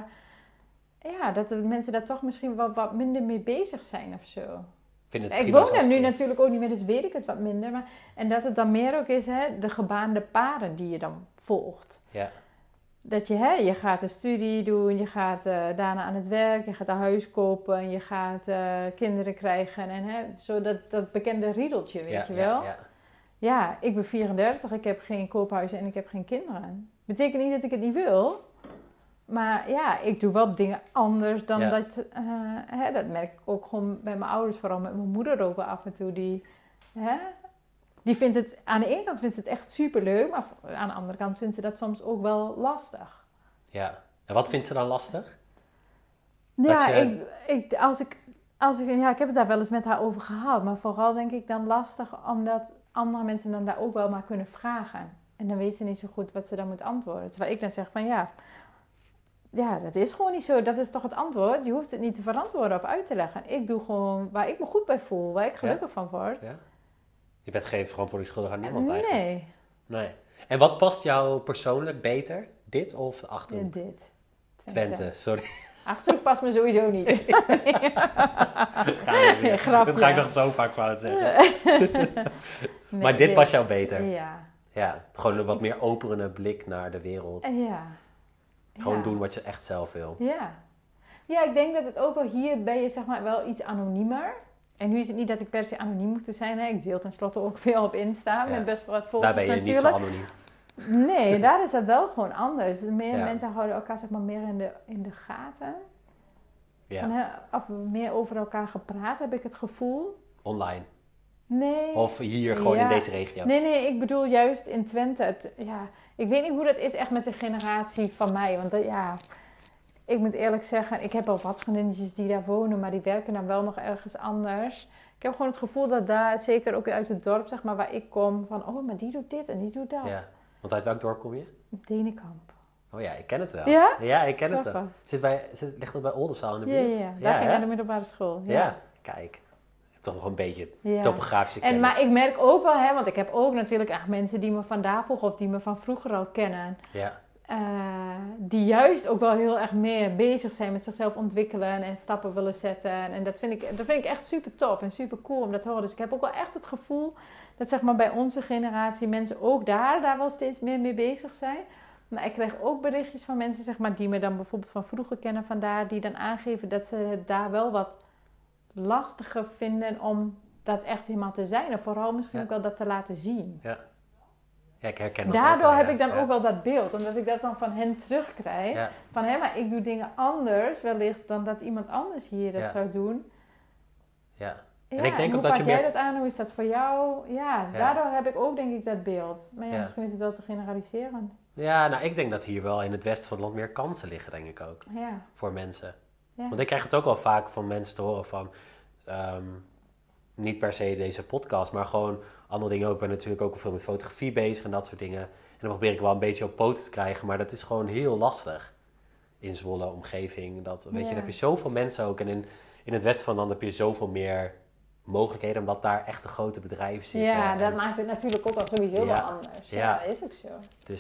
de mensen daar toch misschien wel wat minder mee bezig zijn of zo. Ik woon daar nu natuurlijk ook niet meer, dus weet ik het wat minder. En dat het dan meer ook is de gebaande paden die je dan volgt. Ja. Dat je gaat een studie doen, je gaat daarna aan het werk, je gaat een huis kopen, je gaat kinderen krijgen. En zo dat bekende riedeltje, weet je wel. Ja, ik ben 34, ik heb geen koophuis en ik heb geen kinderen. Betekent niet dat ik het niet wil. Maar ja, ik doe wel dingen anders dan dat... dat merk ik ook gewoon bij mijn ouders, vooral met mijn moeder ook wel af en toe. Die vindt het, aan de ene kant vindt het echt superleuk, maar aan de andere kant vindt ze dat soms ook wel lastig. Ja, en wat vindt ze dan lastig? Ja, ik heb het daar wel eens met haar over gehad, maar vooral denk ik dan lastig omdat andere mensen dan daar ook wel maar kunnen vragen. En dan weet ze niet zo goed wat ze dan moet antwoorden. Terwijl ik dan zeg van ja, dat is gewoon niet zo. Dat is toch het antwoord. Je hoeft het niet te verantwoorden of uit te leggen. Ik doe gewoon waar ik me goed bij voel, waar ik gelukkig van word. Ja. Je bent geen verantwoording schuldig aan niemand eigenlijk. Nee. En wat past jou persoonlijk beter? Dit of de Achterhoek? Dit. Twente, sorry. Achterhoek past me sowieso niet. Nee, grapje. Dat ga ik nog zo vaak fout zeggen. Maar dit past jou beter. Ja. Ja, gewoon een wat meer openende blik naar de wereld. Ja. Gewoon doen wat je echt zelf wil. Ja. Ja, ik denk dat het ook wel hier ben je zeg maar wel iets anoniemer. En nu is het niet dat ik per se anoniem moet zijn. Hè. Ik deel tenslotte ook veel op Insta met best wel wat volgers daar ben je natuurlijk. niet zo anoniem. Nee, daar is dat wel gewoon anders. Mensen houden elkaar zeg maar meer in de gaten. Ja. En, of meer over elkaar gepraat, heb ik het gevoel. Online? Nee. Of hier gewoon in deze regio? Nee, ik bedoel juist in Twente. Ik weet niet hoe dat is echt met de generatie van mij. Want ik moet eerlijk zeggen, ik heb al wat vriendinnetjes die daar wonen, maar die werken dan wel nog ergens anders. Ik heb gewoon het gevoel dat daar, zeker ook uit het dorp zeg maar, waar ik kom, van oh, maar die doet dit en die doet dat. Ja. Want uit welk dorp kom je? Denenkamp. Oh ja, ik ken het wel. Ja? Ja, ik ken het wel. Ligt het bij Oldenzaal in de buurt? Ja. Daar ging ik naar de middelbare school. Ja, kijk. Je hebt toch nog een beetje topografische kennis. Maar ik merk ook wel, want ik heb ook natuurlijk echt mensen die me van daar vroeger of die me van vroeger al kennen. Ja. Die juist ook wel heel erg meer bezig zijn met zichzelf ontwikkelen en stappen willen zetten. En dat vind ik echt super tof en super cool om dat te horen. Dus ik heb ook wel echt het gevoel dat zeg maar bij onze generatie mensen ook daar wel steeds meer mee bezig zijn. Maar ik krijg ook berichtjes van mensen zeg maar, die me dan bijvoorbeeld van vroeger kennen vandaar, die dan aangeven dat ze het daar wel wat lastiger vinden om dat echt helemaal te zijn. En vooral misschien ook wel dat te laten zien. Ja. Ja, ik herken dat daardoor ook, heb ik dan ook wel dat beeld. Omdat ik dat dan van hen terugkrijg. Ja. Van maar ik doe dingen anders wellicht dan dat iemand anders hier dat zou doen. Ja. En ik denk ook dat je jij dat aan? Hoe is dat voor jou? Ja, daardoor heb ik ook denk ik dat beeld. Maar misschien is het wel te generaliserend. Ja, nou ik denk dat hier wel in het westen van het land meer kansen liggen, denk ik ook. Ja. Voor mensen. Ja. Want ik krijg het ook wel vaak van mensen te horen van... niet per se deze podcast, maar gewoon andere dingen ook. Ik ben natuurlijk ook veel met fotografie bezig en dat soort dingen. En dan probeer ik wel een beetje op poten te krijgen, maar dat is gewoon heel lastig. In Zwolle, omgeving. Dat, weet je, dan heb je zoveel mensen ook. En in het westen van het land heb je zoveel meer mogelijkheden, omdat daar echt de grote bedrijven zitten. Ja, dat maakt het natuurlijk ook al sowieso wel anders. Ja, dat is ook zo.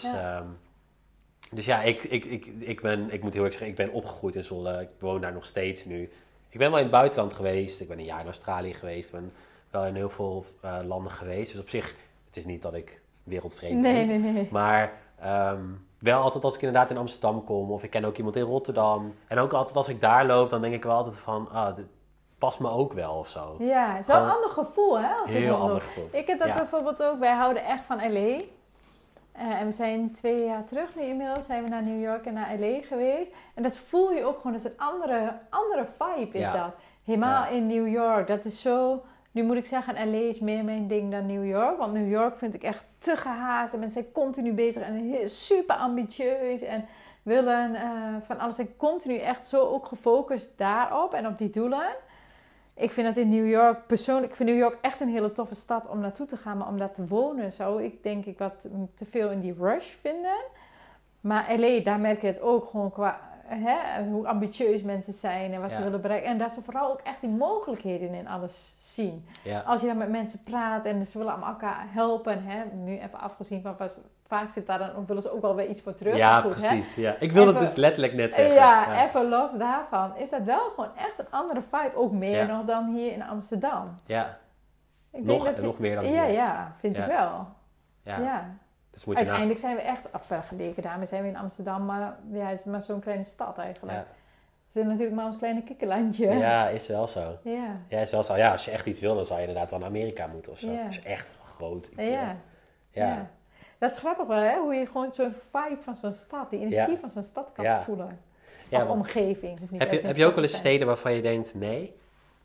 Dus ik moet heel erg zeggen, ik ben opgegroeid in Zwolle. Ik woon daar nog steeds nu. Ik ben wel in het buitenland geweest. Ik ben een jaar in Australië geweest. Ik ben wel in heel veel landen geweest. Dus op zich, het is niet dat ik wereldvreemd ben. Nee. Maar wel altijd als ik inderdaad in Amsterdam kom. Of ik ken ook iemand in Rotterdam. En ook altijd als ik daar loop, dan denk ik wel altijd van... dit past me ook wel of zo. Ja, het is wel een ander gevoel, hè? Als heel ander gevoel. Ik heb dat bijvoorbeeld ook. Wij houden echt van L.A. En we zijn 2 jaar terug nu inmiddels. Zijn we naar New York en naar L.A. geweest. En dat voel je ook gewoon. Dat is een andere vibe is dat. Helemaal in New York. Dat is zo... Nu moet ik zeggen, L.A. is meer mijn ding dan New York. Want New York vind ik echt te gehaast. En mensen zijn continu bezig en super ambitieus. En willen van alles. En continu echt zo ook gefocust daarop en op die doelen. Ik vind dat in New York persoonlijk... Ik vind New York echt een hele toffe stad om naartoe te gaan. Maar om daar te wonen zou ik denk ik wat te veel in die rush vinden. Maar L.A., daar merk je het ook gewoon qua... hoe ambitieus mensen zijn en wat ze willen bereiken. En dat ze vooral ook echt die mogelijkheden in alles zien. Ja. Als je dan met mensen praat en ze willen allemaal elkaar helpen. Nu even afgezien van... Vaak zit daar dan willen ze ook wel weer iets voor terug. Ja, goed, precies. Ja. Ik wil het dus letterlijk net zeggen. Ja, even los daarvan. Is dat wel gewoon echt een andere vibe. Ook meer nog dan hier in Amsterdam. Ja. Nog meer dan hier. Ja, vind ik wel. Ja. Dus moet je uiteindelijk zijn we echt vergeleken daarmee zijn we in Amsterdam. Maar het is maar zo'n kleine stad eigenlijk. Ja. Het is natuurlijk maar ons kleine kikkerlandje. Ja, is wel zo. Ja, is wel zo. Ja, als je echt iets wil, dan zou je inderdaad wel naar Amerika moeten of zo. Als je echt groot iets wil. Ja. Dat is grappig wel, hè? Hoe je gewoon zo'n vibe van zo'n stad, die energie van zo'n stad kan voelen. Of omgeving. Heb je ook wel eens steden waarvan je denkt, nee,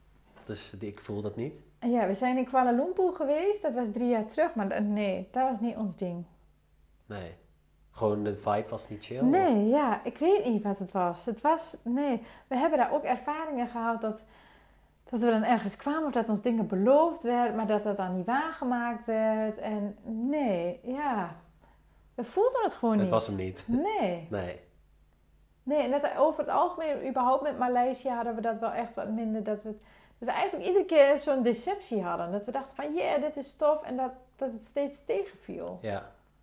ik voel dat niet? Ja, we zijn in Kuala Lumpur geweest. Dat was 3 jaar terug. Maar nee, dat was niet ons ding. Nee. Gewoon de vibe was niet chill? Nee, ik weet niet wat het was. Nee. We hebben daar ook ervaringen gehad dat we dan ergens kwamen of dat ons dingen beloofd werd, maar dat dan niet waargemaakt werd. En nee, we voelden het gewoon niet. Het was hem niet. Nee, en dat over het algemeen, überhaupt met Maleisië hadden we dat wel echt wat minder. Dat we eigenlijk iedere keer zo'n deceptie hadden. Dat we dachten van, dit is tof. En dat het steeds tegenviel.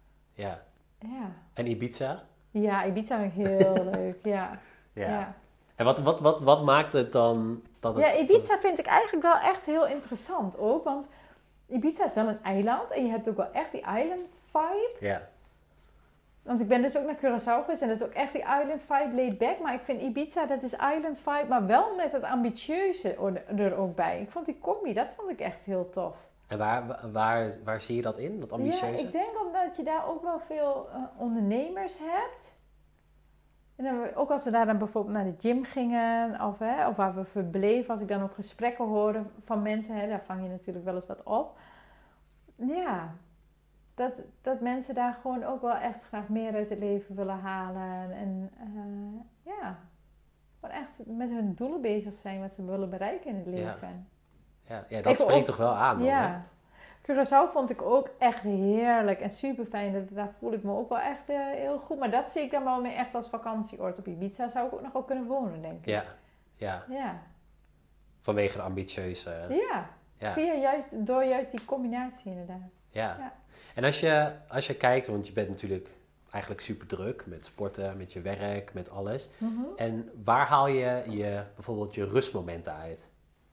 Ja. En Ibiza? Ja, Ibiza vind ik heel leuk, ja. En wat maakt het dan... Dat het, ja, Ibiza vind ik eigenlijk wel echt heel interessant ook. Want Ibiza is wel een eiland. En je hebt ook wel echt die island vibe. Ja. Want ik ben dus ook naar Curaçao geweest. En dat is ook echt die island vibe laid back. Maar ik vind Ibiza, dat is island vibe. Maar wel met het ambitieuze er ook bij. Ik vond die combi, dat vond ik echt heel tof. En waar zie je dat in, dat ambitieuze? Ja, ik denk omdat je daar ook wel veel ondernemers hebt. En dan, ook als we daar dan bijvoorbeeld naar de gym gingen, of waar we verbleven, als ik dan ook gesprekken hoorde van mensen, daar vang je natuurlijk wel eens wat op. Ja, dat mensen daar gewoon ook wel echt graag meer uit het leven willen halen. En ja, gewoon echt met hun doelen bezig zijn, wat ze willen bereiken in het leven. Ja, dat spreekt toch wel aan dan, ja. Hè? Curaçao vond ik ook echt heerlijk en super fijn. Daar voel ik me ook wel echt heel goed. Maar dat zie ik dan wel meer echt als vakantieoord. Op Ibiza zou ik ook nog wel kunnen wonen, denk ik. Ja. Vanwege de ambitieuze... Ja. Door juist die combinatie inderdaad. Ja. En als je kijkt, want je bent natuurlijk eigenlijk super druk met sporten, met je werk, met alles. Mm-hmm. En waar haal je bijvoorbeeld je rustmomenten uit?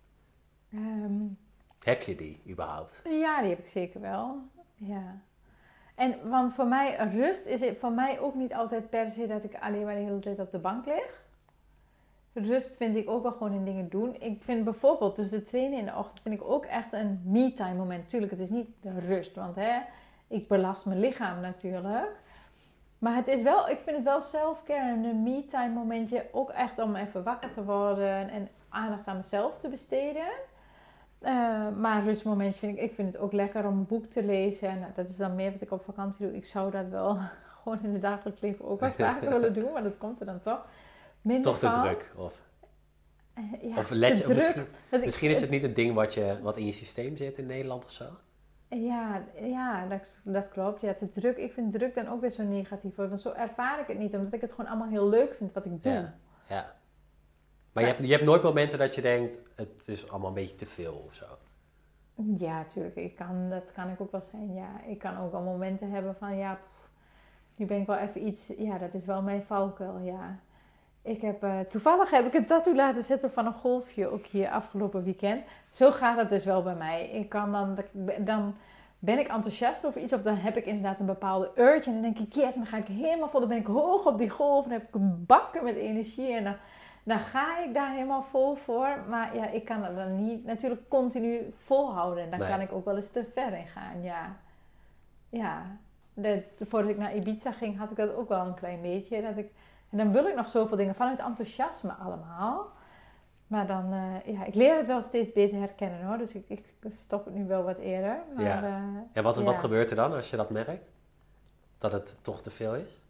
Heb je die überhaupt? Ja, die heb ik zeker wel. Ja. Want voor mij, rust is het voor mij ook niet altijd per se dat ik alleen maar de hele tijd op de bank lig. Rust vind ik ook wel gewoon in dingen doen. Ik vind bijvoorbeeld, dus de trainen in de ochtend vind ik ook echt een me-time moment. Tuurlijk, het is niet de rust, want ik belast mijn lichaam natuurlijk. Maar het is wel, ik vind het wel self-care en een me-time momentje. Ook echt om even wakker te worden en aandacht aan mezelf te besteden. Maar rustmomentjes vind ik vind het ook lekker om een boek te lezen. Nou, dat is dan meer wat ik op vakantie doe. Ik zou dat wel gewoon in het dagelijks leven ook wat vaker willen doen, maar dat komt er dan toch minder toch te van. Druk? Of of let je, druk. Misschien is het niet een ding wat in je systeem zit in Nederland of zo? Ja, dat klopt. Ja, te druk. Ik vind druk dan ook weer zo negatief. Want zo ervaar ik het niet, omdat ik het gewoon allemaal heel leuk vind wat ik doe. Ja. Maar je hebt nooit momenten dat je denkt, het is allemaal een beetje te veel of zo? Ja, tuurlijk. Dat kan ik ook wel zijn. Ja, ik kan ook wel momenten hebben van, nu ben ik wel even iets... Ja, dat is wel mijn valkuil, ja. Toevallig heb ik een tattoo laten zetten van een golfje, ook hier afgelopen weekend. Zo gaat het dus wel bij mij. Dan ben ik enthousiast over iets of dan heb ik inderdaad een bepaalde urge. En dan denk ik, yes, en dan ga ik helemaal vol. Dan ben ik hoog op die golf en dan heb ik een bakken met energie. En dan ga ik daar helemaal vol voor. Maar ja, ik kan het dan niet natuurlijk continu volhouden. En dan kan ik ook wel eens te ver in gaan, ja. Voordat ik naar Ibiza ging, had ik dat ook wel een klein beetje. En dan wil ik nog zoveel dingen vanuit enthousiasme allemaal. Maar dan, ik leer het wel steeds beter herkennen hoor. Dus ik stop het nu wel wat eerder. Maar, wat gebeurt er dan als je dat merkt? Dat het toch te veel is?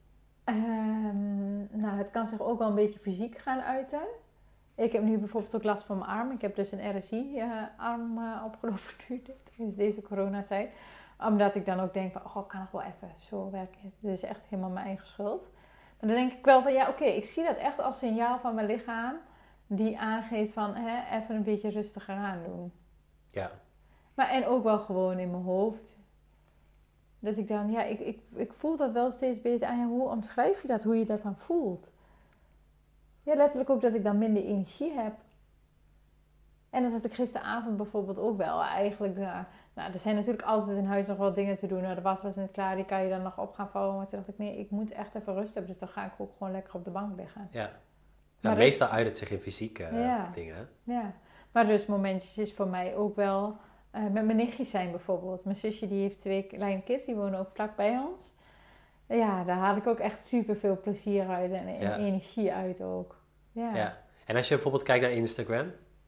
Het kan zich ook wel een beetje fysiek gaan uiten. Ik heb nu bijvoorbeeld ook last van mijn arm. Ik heb dus een RSI-arm opgelopen nu tijdens deze coronatijd. Omdat ik dan ook denk van, ik kan nog wel even zo werken. Dit is echt helemaal mijn eigen schuld. Maar dan denk ik wel van, ik zie dat echt als signaal van mijn lichaam. Die aangeeft van, even een beetje rustiger aan doen. Ja. Maar en ook wel gewoon in mijn hoofd. Dat ik dan, ik voel dat wel steeds beter aan. Hoe omschrijf je dat? Hoe je dat dan voelt? Ja, letterlijk ook dat ik dan minder energie heb. En dat had ik gisteravond bijvoorbeeld ook wel. Eigenlijk, er zijn natuurlijk altijd in huis nog wel dingen te doen. De was net klaar, die kan je dan nog op gaan vouwen. Maar toen dacht ik, nee, ik moet echt even rust hebben. Dus dan ga ik ook gewoon lekker op de bank liggen. Ja. Maar meestal uit het zich in fysieke dingen. Hè? Ja, maar rustmomentjes is voor mij ook wel... met mijn nichtjes zijn bijvoorbeeld. Mijn zusje die heeft 2 kleine kids, die wonen ook vlak bij ons. Ja, daar haal ik ook echt super veel plezier uit en energie uit ook. Ja. En als je bijvoorbeeld kijkt naar Instagram,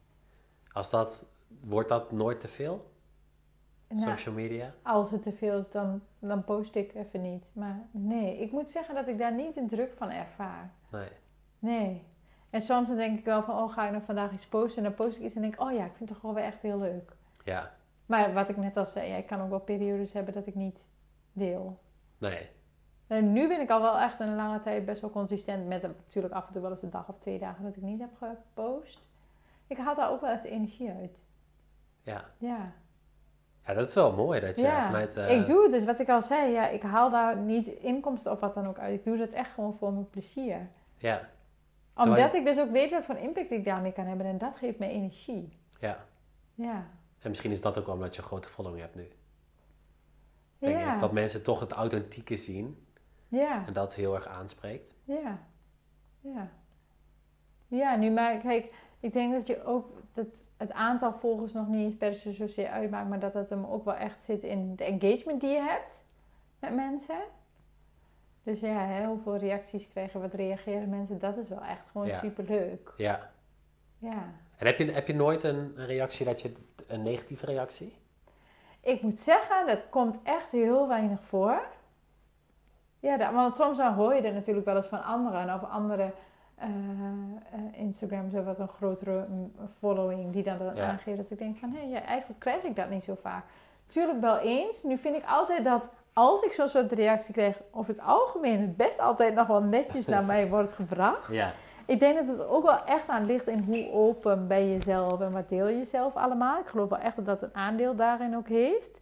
wordt dat nooit te veel? Social media? Als het te veel is, dan post ik even niet. Maar nee, ik moet zeggen dat ik daar niet een druk van ervaar. Nee. En soms dan denk ik wel van, ga ik nou vandaag iets posten? En dan post ik iets en denk ik, ik vind het toch wel weer echt heel leuk. Ja. Maar wat ik net al zei, ik kan ook wel periodes hebben dat ik niet deel. Nee. En nu ben ik al wel echt een lange tijd best wel consistent met natuurlijk af en toe wel eens een dag of 2 dagen dat ik niet heb gepost. Ik haal daar ook wel echt energie uit. Ja. Ja. Ja, dat is wel mooi dat je vanuit... Ik doe het dus, wat ik al zei, ik haal daar niet inkomsten of wat dan ook uit. Ik doe dat echt gewoon voor mijn plezier. Ja. Omdat ik dus ook weet wat voor impact ik daarmee kan hebben. En dat geeft me energie. Ja. Ja. En misschien is dat ook wel omdat je een grote following hebt nu. Denk ik dat mensen toch het authentieke zien. Ja. En dat heel erg aanspreekt. Ja. Ja. Ja, nu maar kijk, ik denk dat je ook dat het aantal volgers nog niet eens per se zozeer uitmaakt, maar dat het hem ook wel echt zit in de engagement die je hebt met mensen. Dus ja, heel veel reacties krijgen, wat reageren mensen, dat is wel echt gewoon superleuk. Ja. Ja. En heb je nooit een reactie een negatieve reactie? Ik moet zeggen, dat komt echt heel weinig voor. Ja, want soms dan hoor je er natuurlijk wel eens van anderen of andere Instagram zo wat een grotere following die dan aangeeft dat ik denk van eigenlijk krijg ik dat niet zo vaak. Tuurlijk wel eens. Nu vind ik altijd dat als ik zo'n soort reactie krijg, over het algemeen het best altijd nog wel netjes naar mij wordt gebracht. Ja. Ik denk dat het ook wel echt aan ligt in hoe open ben je zelf en wat deel je zelf allemaal. Ik geloof wel echt dat dat een aandeel daarin ook heeft.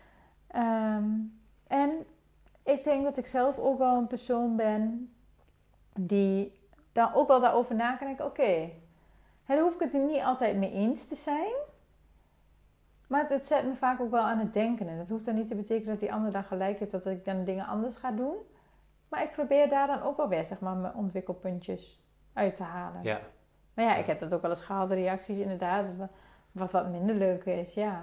En ik denk dat ik zelf ook wel een persoon ben die dan ook wel daarover na kan denken. Oké, daar hoef ik het er niet altijd mee eens te zijn. Maar het zet me vaak ook wel aan het denken. En dat hoeft dan niet te betekenen dat die ander dan gelijk heeft dat ik dan dingen anders ga doen. Maar ik probeer daar dan ook wel weer zeg maar mijn ontwikkelpuntjes uit te halen. Ja. Maar ja, ik heb dat ook wel eens gehad, de reacties inderdaad, wat minder leuk is, ja.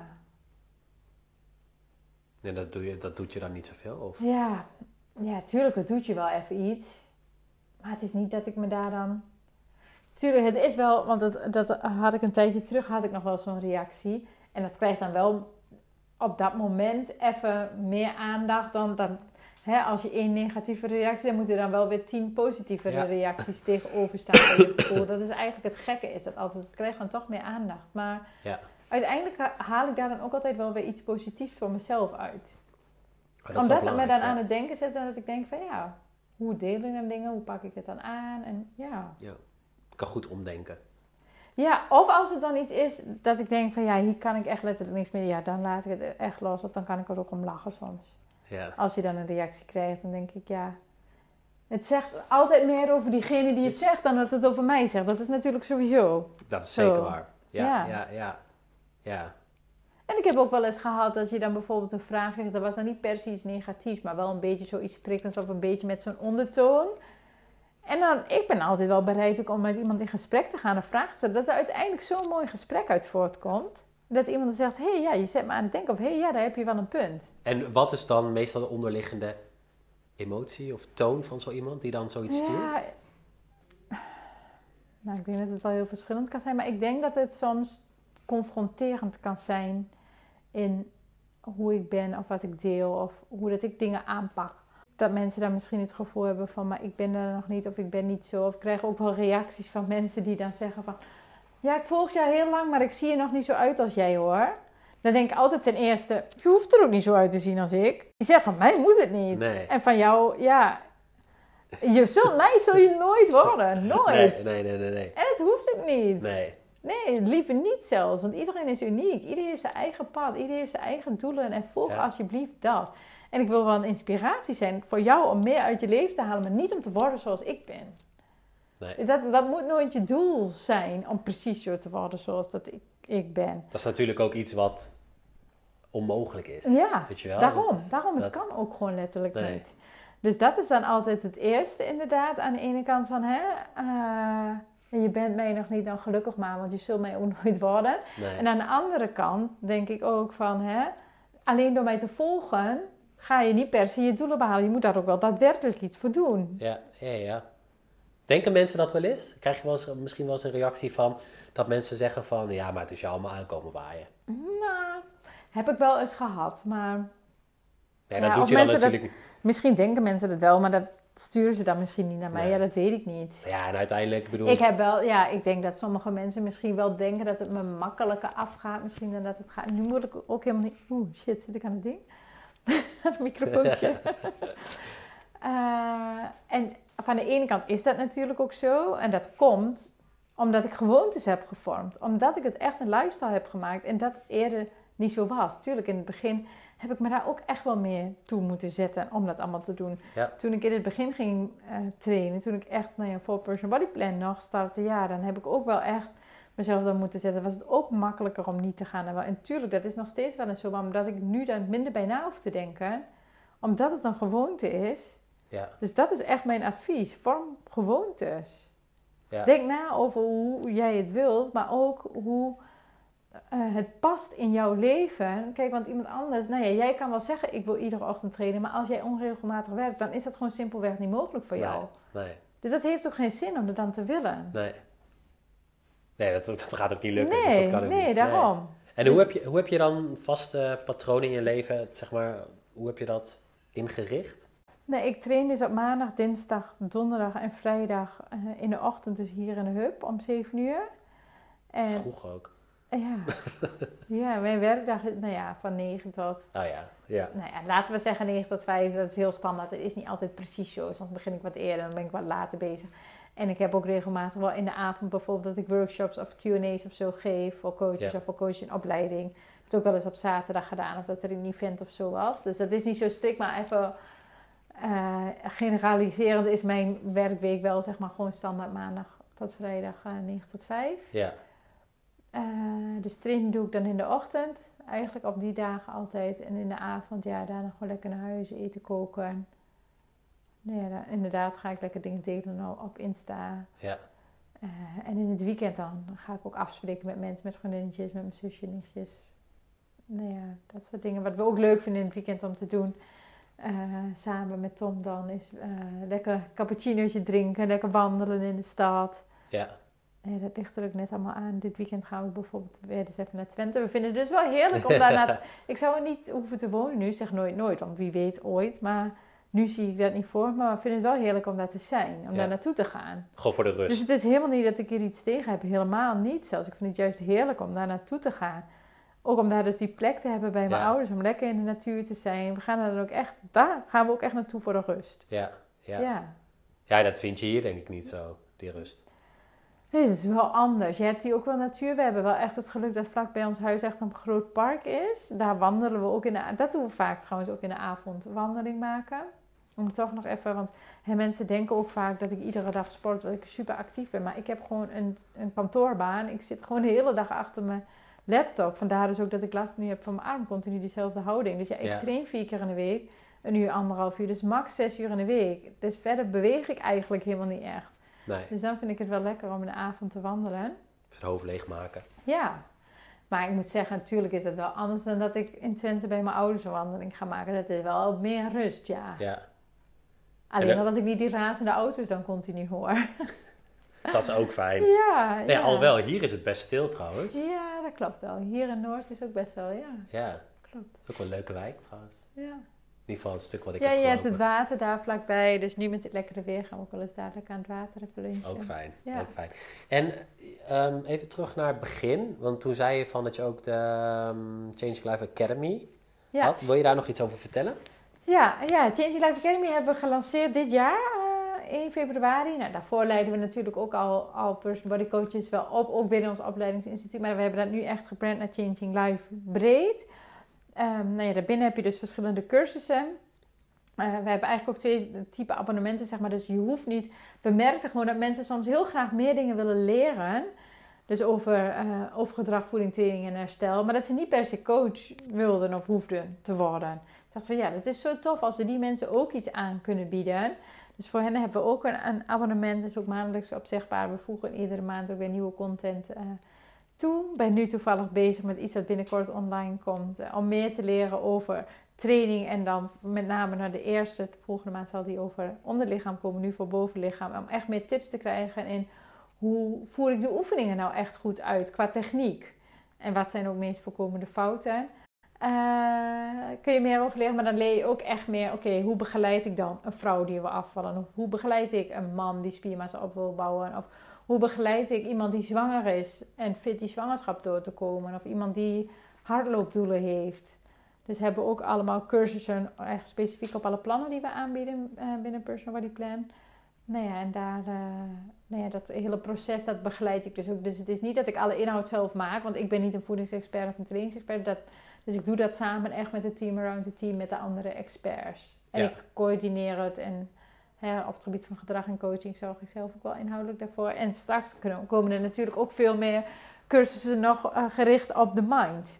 En dat doet je dan niet zoveel? Of? Ja, tuurlijk, het doet je wel even iets. Maar het is niet dat ik me daar dan... Tuurlijk, het is wel, want dat had ik een tijdje terug, had ik nog wel zo'n reactie. En dat krijgt dan wel op dat moment even meer aandacht dan als je 1 negatieve reactie, dan moeten er dan wel weer 10 positievere reacties tegenover staan. Dat is eigenlijk het gekke, is dat altijd. Het krijgt dan toch meer aandacht. Maar uiteindelijk haal ik daar dan ook altijd wel weer iets positiefs voor mezelf uit. Omdat het me dan aan het denken zet en dat ik denk van hoe deel ik dan dingen? Hoe pak ik het dan aan? En ik kan goed omdenken. Ja, of als het dan iets is dat ik denk van hier kan ik echt letterlijk niks meer. Ja, dan laat ik het echt los. Of dan kan ik er ook om lachen soms. Ja. Als je dan een reactie krijgt, dan denk ik het zegt altijd meer over diegene die het zegt dan dat het over mij zegt. Dat is natuurlijk sowieso. Dat is zeker waar. Ja. En ik heb ook wel eens gehad dat je dan bijvoorbeeld een vraag kreeg. Dat was dan niet per se iets negatiefs, maar wel een beetje zoiets prikkends of een beetje met zo'n ondertoon. En dan, ik ben altijd wel bereid ook om met iemand in gesprek te gaan en vragen te stellen. Dat er uiteindelijk zo'n mooi gesprek uit voortkomt. Dat iemand zegt, je zet me aan het denken. Of daar heb je wel een punt. En wat is dan meestal de onderliggende emotie of toon van zo iemand die dan zoiets stuurt? Nou, ik denk dat het wel heel verschillend kan zijn. Maar ik denk dat het soms confronterend kan zijn in hoe ik ben of wat ik deel. Of hoe dat ik dingen aanpak. Dat mensen dan misschien het gevoel hebben van, maar ik ben er nog niet of ik ben niet zo. Of ik krijg ook wel reacties van mensen die dan zeggen van, ik volg jou heel lang, maar ik zie er nog niet zo uit als jij hoor. Dan denk ik altijd ten eerste, je hoeft er ook niet zo uit te zien als ik. Je zegt van mij moet het niet. Nee. En van jou, mij zul je nooit worden. Nooit. Nee. En het hoeft ook niet. Nee, liever niet zelfs. Want iedereen is uniek. Iedereen heeft zijn eigen pad. Iedereen heeft zijn eigen doelen. En volg alsjeblieft dat. En ik wil wel een inspiratie zijn voor jou om meer uit je leven te halen. Maar niet om te worden zoals ik ben. Nee. Dat moet nooit je doel zijn om precies zo te worden zoals dat ik ben. Dat is natuurlijk ook iets wat onmogelijk is. Ja, weet je wel? daarom het kan ook gewoon letterlijk niet. Dus dat is dan altijd het eerste inderdaad. Aan de ene kant van, je bent mij nog niet dan gelukkig maar, want je zult mij ook nooit worden. Nee. En aan de andere kant denk ik ook van, alleen door mij te volgen ga je niet per se je doelen behalen. Je moet daar ook wel daadwerkelijk iets voor doen. Ja. Denken mensen dat wel eens? Krijg je misschien wel eens een reactie van dat mensen zeggen van, maar het is jou allemaal aankomen waaien? Nou, heb ik wel eens gehad, maar... Ja, dat doet je dan natuurlijk niet. Misschien denken mensen dat wel, maar dat sturen ze dan misschien niet naar mij. Nee. Ja, dat weet ik niet. Ja, en uiteindelijk bedoel ik denk dat sommige mensen misschien wel denken dat het me makkelijker afgaat. Misschien dan dat het gaat. Nu moet ik ook helemaal niet... Oeh, shit, zit ik aan het ding? Het microfoontje. En van de ene kant is dat natuurlijk ook zo. En dat komt omdat ik gewoontes heb gevormd. Omdat ik het echt een lifestyle heb gemaakt. En dat eerder niet zo was. Tuurlijk, in het begin heb ik me daar ook echt wel meer toe moeten zetten om dat allemaal te doen. Ja. Toen ik in het begin ging trainen, toen ik echt voor Personal Body Plan nog startte, dan heb ik ook wel echt mezelf dan moeten zetten. Was het ook makkelijker om niet te gaan. En natuurlijk, dat is nog steeds wel eens zo, maar omdat ik nu daar minder bij na hoef te denken, omdat het een gewoonte is. Ja. Dus dat is echt mijn advies. Vorm gewoontes. Ja. Denk na over hoe jij het wilt, maar ook hoe het past in jouw leven. Kijk, want iemand anders, jij kan wel zeggen ik wil iedere ochtend trainen, maar als jij onregelmatig werkt, dan is dat gewoon simpelweg niet mogelijk voor jou. Nee. Dus dat heeft ook geen zin om het dan te willen. Nee, dat gaat ook niet lukken. Dus dat kan ook niet. Daarom. Nee. En dus, hoe heb je dan vaste patronen in je leven, zeg maar, hoe heb je dat ingericht? Nee, ik train dus op maandag, dinsdag, donderdag en vrijdag in de ochtend, dus hier in de hub om 7 uur. En, vroeg ook. Ja, mijn werkdag is van 9 tot... laten we zeggen 9 tot 5, dat is heel standaard. Het is niet altijd precies zo, soms begin ik wat eerder, dan ben ik wat later bezig. En ik heb ook regelmatig wel in de avond bijvoorbeeld dat ik workshops of Q&A's of zo geef voor coaches of voor coachingopleiding. Ik heb het ook wel eens op zaterdag gedaan of dat er een event of zo was. Dus dat is niet zo strikt, maar even generaliserend is mijn werkweek wel zeg maar gewoon standaard maandag tot vrijdag 9 tot 5. Ja. Dus training doe ik dan in de ochtend. Eigenlijk op die dagen altijd. En in de avond, daarna gewoon lekker naar huis eten, koken. Inderdaad ga ik lekker dingen delen op Insta. Ja. En in het weekend dan ga ik ook afspreken met mensen, met vriendinnetjes, met mijn zusje, nichtjes. Dat soort dingen. Wat we ook leuk vinden in het weekend om te doen. Samen met Tom dan is lekker cappuccinootje drinken, lekker wandelen in de stad. Ja. Dat ligt er ook net allemaal aan. Dit weekend gaan we bijvoorbeeld weer eens even naar Twente. We vinden het dus wel heerlijk om daarna... Ik zou er niet hoeven te wonen nu. Ik zeg nooit, want wie weet ooit. Maar nu zie ik dat niet voor. Maar we vinden het wel heerlijk om daar te zijn. Om daar naartoe te gaan. Gewoon voor de rust. Dus het is helemaal niet dat ik hier iets tegen heb. Helemaal niet zelfs. Ik vind het juist heerlijk om daar naartoe te gaan. Ook om daar dus die plek te hebben bij mijn ouders. Om lekker in de natuur te zijn. We gaan daar gaan we ook echt naartoe voor de rust. Ja, dat vind je hier denk ik niet zo. Die rust. Nee, het is wel anders. Je hebt hier ook wel natuur. We hebben wel echt het geluk dat vlak bij ons huis echt een groot park is. Daar wandelen we ook dat doen we vaak trouwens ook in de avond, wandeling maken. Om toch nog even, want mensen denken ook vaak dat ik iedere dag sport, dat ik super actief ben. Maar ik heb gewoon een kantoorbaan. Ik zit gewoon de hele dag achter mijn laptop. Vandaar dus ook dat ik last nu heb van mijn arm, continu diezelfde houding. Dus ik train 4 keer in de week, 1 uur, 1,5 uur. Dus max 6 uur in de week. Dus verder beweeg ik eigenlijk helemaal niet echt. Nee. Dus dan vind ik het wel lekker om in de avond te wandelen. Even het hoofd leegmaken. Ja. Maar ik moet zeggen, natuurlijk is het wel anders dan dat ik in Twente bij mijn ouders een wandeling ga maken. Dat is wel meer rust, ja. Alleen omdat ik niet die razende auto's dan continu hoor. Dat is ook fijn. Ja. Alhoewel, hier is het best stil trouwens. Ja, dat klopt wel. Hier in Noord is ook best wel, Ja. Klopt. Ook wel een leuke wijk trouwens. Ja. In ieder geval het stuk wat ik heb gelopen. Je hebt het water daar vlakbij. Dus nu met het lekkere weer gaan we ook wel eens daar lekker aan het water even lunchen. Ook fijn. En even terug naar het begin. Want toen zei je van dat je ook de Changing Life Academy had. Wil je daar nog iets over vertellen? Ja, Changing Life Academy hebben we gelanceerd dit jaar. 1 februari. Daarvoor leiden we natuurlijk ook al personal body coaches wel op. Ook binnen ons opleidingsinstituut. Maar we hebben dat nu echt gebrand naar Changing Life breed. Daarbinnen heb je dus verschillende cursussen. We hebben eigenlijk ook 2 typen abonnementen, zeg maar. Dus je hoeft niet... We merken gewoon dat mensen soms heel graag meer dingen willen leren. Dus over gedrag, voeding, training en herstel. Maar dat ze niet per se coach wilden of hoefden te worden. Ik dacht van het is zo tof als we die mensen ook iets aan kunnen bieden. Dus voor hen hebben we ook een abonnement. Dat is ook maandelijks opzegbaar. We voegen iedere maand ook weer nieuwe content toe. Ik ben nu toevallig bezig met iets wat binnenkort online komt. Om meer te leren over training. En dan met name naar de eerste. De volgende maand zal die over onderlichaam komen. Nu voor bovenlichaam. Om echt meer tips te krijgen in hoe voer ik de oefeningen nou echt goed uit qua techniek. En wat zijn ook meest voorkomende fouten. Kun je meer over leren. Maar dan leer je ook echt meer. Oké, hoe begeleid ik dan een vrouw die wil afvallen? Of hoe begeleid ik een man die spiermassa op wil bouwen? Of hoe begeleid ik iemand die zwanger is en fit die zwangerschap door te komen? Of iemand die hardloopdoelen heeft. Dus hebben we ook allemaal cursussen echt specifiek op alle plannen die we aanbieden binnen Personal Body Plan. En daar, dat hele proces, dat begeleid ik dus ook. Dus het is niet dat ik alle inhoud zelf maak, want ik ben niet een voedingsexpert of een trainingsexpert. Dus ik doe dat samen echt met het team around the team, met de andere experts. En ik coördineer het en op het gebied van gedrag en coaching zorg ik zelf ook wel inhoudelijk daarvoor. En straks komen er natuurlijk ook veel meer cursussen nog gericht op de mind.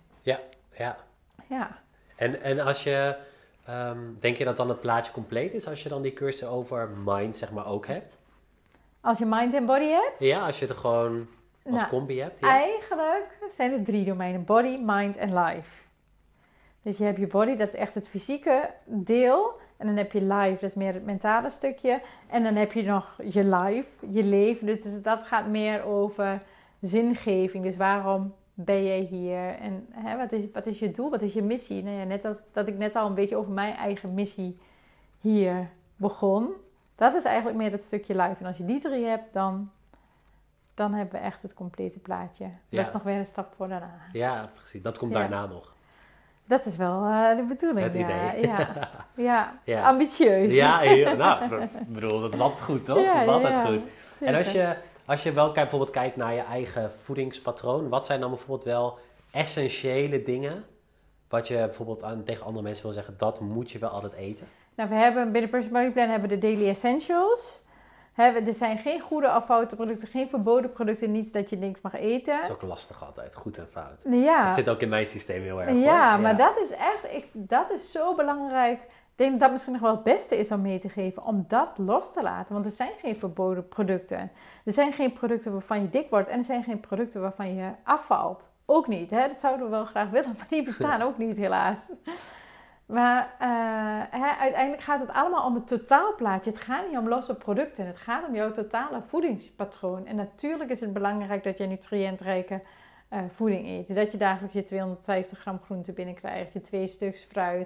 Ja. En als je, denk je dat dan het plaatje compleet is als je dan die cursussen over mind zeg maar ook hebt? Als je mind en body hebt? Ja, als je er gewoon als combi hebt. Ja. Eigenlijk zijn er 3 domeinen. Body, mind en life. Dus je hebt je body, dat is echt het fysieke deel. En dan heb je life, dat is meer het mentale stukje. En dan heb je nog je life, je leven. Dus dat gaat meer over zingeving. Dus waarom ben jij hier? En wat is je doel? Wat is je missie? Nou ja, net als dat ik net al een beetje over mijn eigen missie hier begon. Dat is eigenlijk meer dat stukje life. En als je die 3 hebt, dan hebben we echt het complete plaatje. Ja. Dat is nog weer een stap voor daarna. Ja, precies. Dat komt daarna nog. Dat is wel de bedoeling. Het idee. Ja. Ambitieus. Ja, dat is altijd goed, toch? Dat is altijd goed. En als je wel bijvoorbeeld kijkt naar je eigen voedingspatroon, wat zijn dan bijvoorbeeld wel essentiële dingen wat je bijvoorbeeld tegen andere mensen wil zeggen, dat moet je wel altijd eten? Nou, we hebben binnen Personal Body Plan hebben we de Daily Essentials. Er zijn geen goede of foute producten, geen verboden producten, niets dat je niks mag eten. Dat is ook lastig altijd, goed en fout. Ja. Dat zit ook in mijn systeem heel erg. Ja, maar dat is echt, dat is zo belangrijk. Ik denk dat dat misschien nog wel het beste is om mee te geven, om dat los te laten. Want er zijn geen verboden producten. Er zijn geen producten waarvan je dik wordt en er zijn geen producten waarvan je afvalt. Ook niet, hè? Dat zouden we wel graag willen, maar die bestaan ook niet helaas. Maar uiteindelijk gaat het allemaal om het totaalplaatje. Het gaat niet om losse producten. Het gaat om jouw totale voedingspatroon. En natuurlijk is het belangrijk dat je nutriëntrijke voeding eet. Dat je dagelijks je 250 gram groente binnenkrijgt. Je 2 stuks fruit.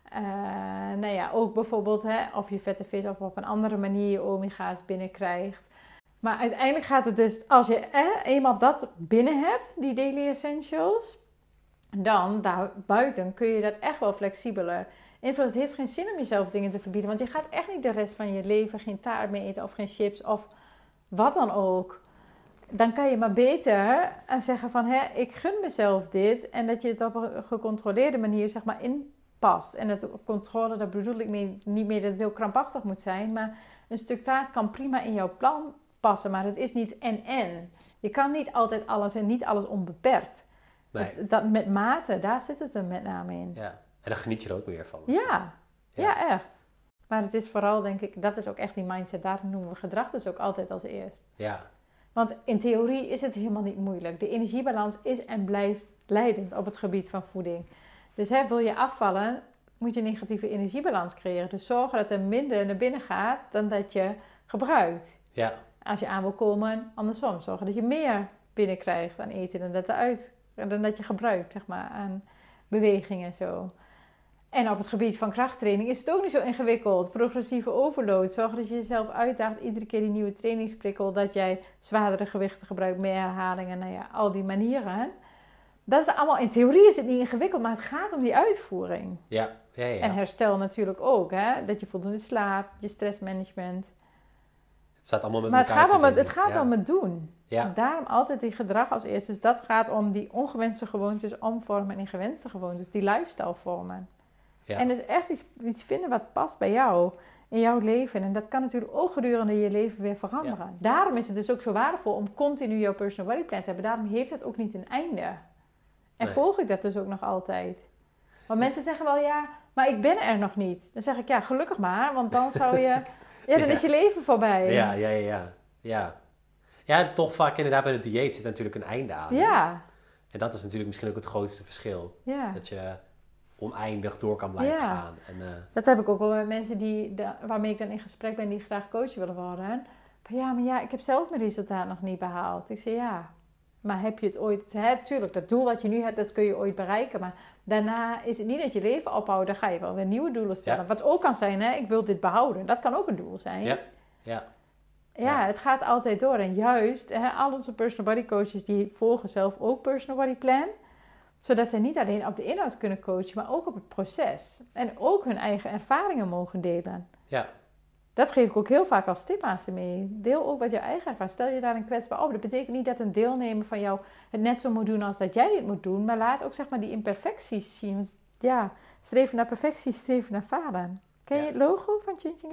Ook bijvoorbeeld of je vette vis of op een andere manier je omega's binnenkrijgt. Maar uiteindelijk gaat het dus, als je eenmaal dat binnen hebt, die Daily Essentials, dan daarbuiten kun je dat echt wel flexibeler invullen. Het heeft geen zin om jezelf dingen te verbieden, want je gaat echt niet de rest van je leven geen taart meer eten of geen chips of wat dan ook. Dan kan je maar beter zeggen van, ik gun mezelf dit en dat je het op een gecontroleerde manier zeg maar inpast. En dat controle, dat bedoel ik niet meer dat het heel krampachtig moet zijn, maar een stuk taart kan prima in jouw plan passen, maar het is niet en. Je kan niet altijd alles en niet alles onbeperkt. Nee. Dat met mate, daar zit het er met name in. Ja, en dan geniet je er ook weer van. Ja, echt. Maar het is vooral, denk ik, dat is ook echt die mindset. Daar noemen we gedrag dus ook altijd als eerst. Ja. Want in theorie is het helemaal niet moeilijk. De energiebalans is en blijft leidend op het gebied van voeding. Dus wil je afvallen, moet je een negatieve energiebalans creëren. Dus zorgen dat er minder naar binnen gaat dan dat je gebruikt. Ja. Als je aan wil komen, andersom. Zorgen dat je meer binnenkrijgt aan eten dan dat je gebruikt, zeg maar, aan beweging en zo. En op het gebied van krachttraining is het ook niet zo ingewikkeld. Progressieve overload. Zorg dat je jezelf uitdaagt. Iedere keer die nieuwe trainingsprikkel. Dat jij zwaardere gewichten gebruikt. Meer herhalingen. Al die manieren. Dat is allemaal, in theorie is het niet ingewikkeld. Maar het gaat om die uitvoering. Ja. En herstel natuurlijk ook. Dat je voldoende slaapt. Je stressmanagement. Het staat allemaal met maar elkaar. Het gaat om het doen. Ja. Daarom altijd die gedrag als eerste. Dus dat gaat om die ongewenste gewoontes omvormen in gewenste gewoontes. Die lifestyle vormen. Ja. En dus echt iets vinden wat past bij jou in jouw leven. En dat kan natuurlijk ook gedurende je leven weer veranderen. Ja. Daarom is het dus ook zo waardevol om continu jouw personal body plan te hebben. Daarom heeft het ook niet een einde. En volg ik dat dus ook nog altijd. Want mensen zeggen wel, ja, maar ik ben er nog niet. Dan zeg ik, ja, gelukkig maar. Want dan zou je... Ja, dan is je leven voorbij. Ja, toch vaak inderdaad bij het dieet zit natuurlijk een einde aan. Ja. En dat is natuurlijk misschien ook het grootste verschil. Ja. Dat je oneindig door kan blijven gaan. En, dat heb ik ook wel met mensen waarmee ik dan in gesprek ben die graag coach willen worden. Maar ik heb zelf mijn resultaat nog niet behaald. Ik zeg ja, maar heb je het ooit... Tuurlijk, dat doel wat je nu hebt, dat kun je ooit bereiken. Maar daarna is het niet dat je leven ophoudt. Dan ga je wel weer nieuwe doelen stellen. Ja. Wat ook kan zijn, ik wil dit behouden. Dat kan ook een doel zijn. Ja, het gaat altijd door. En juist, al onze personal body coaches die volgen zelf ook personal body plan. Zodat ze niet alleen op de inhoud kunnen coachen, maar ook op het proces. En ook hun eigen ervaringen mogen delen. Ja. Dat geef ik ook heel vaak als tip aan ze mee. Deel ook wat je eigen ervaart. Stel je daar een kwetsbaar op. Dat betekent niet dat een deelnemer van jou het net zo moet doen als dat jij het moet doen. Maar laat ook zeg maar die imperfecties zien. Ja, streven naar perfectie, streven naar falen. Ken je het logo van Changing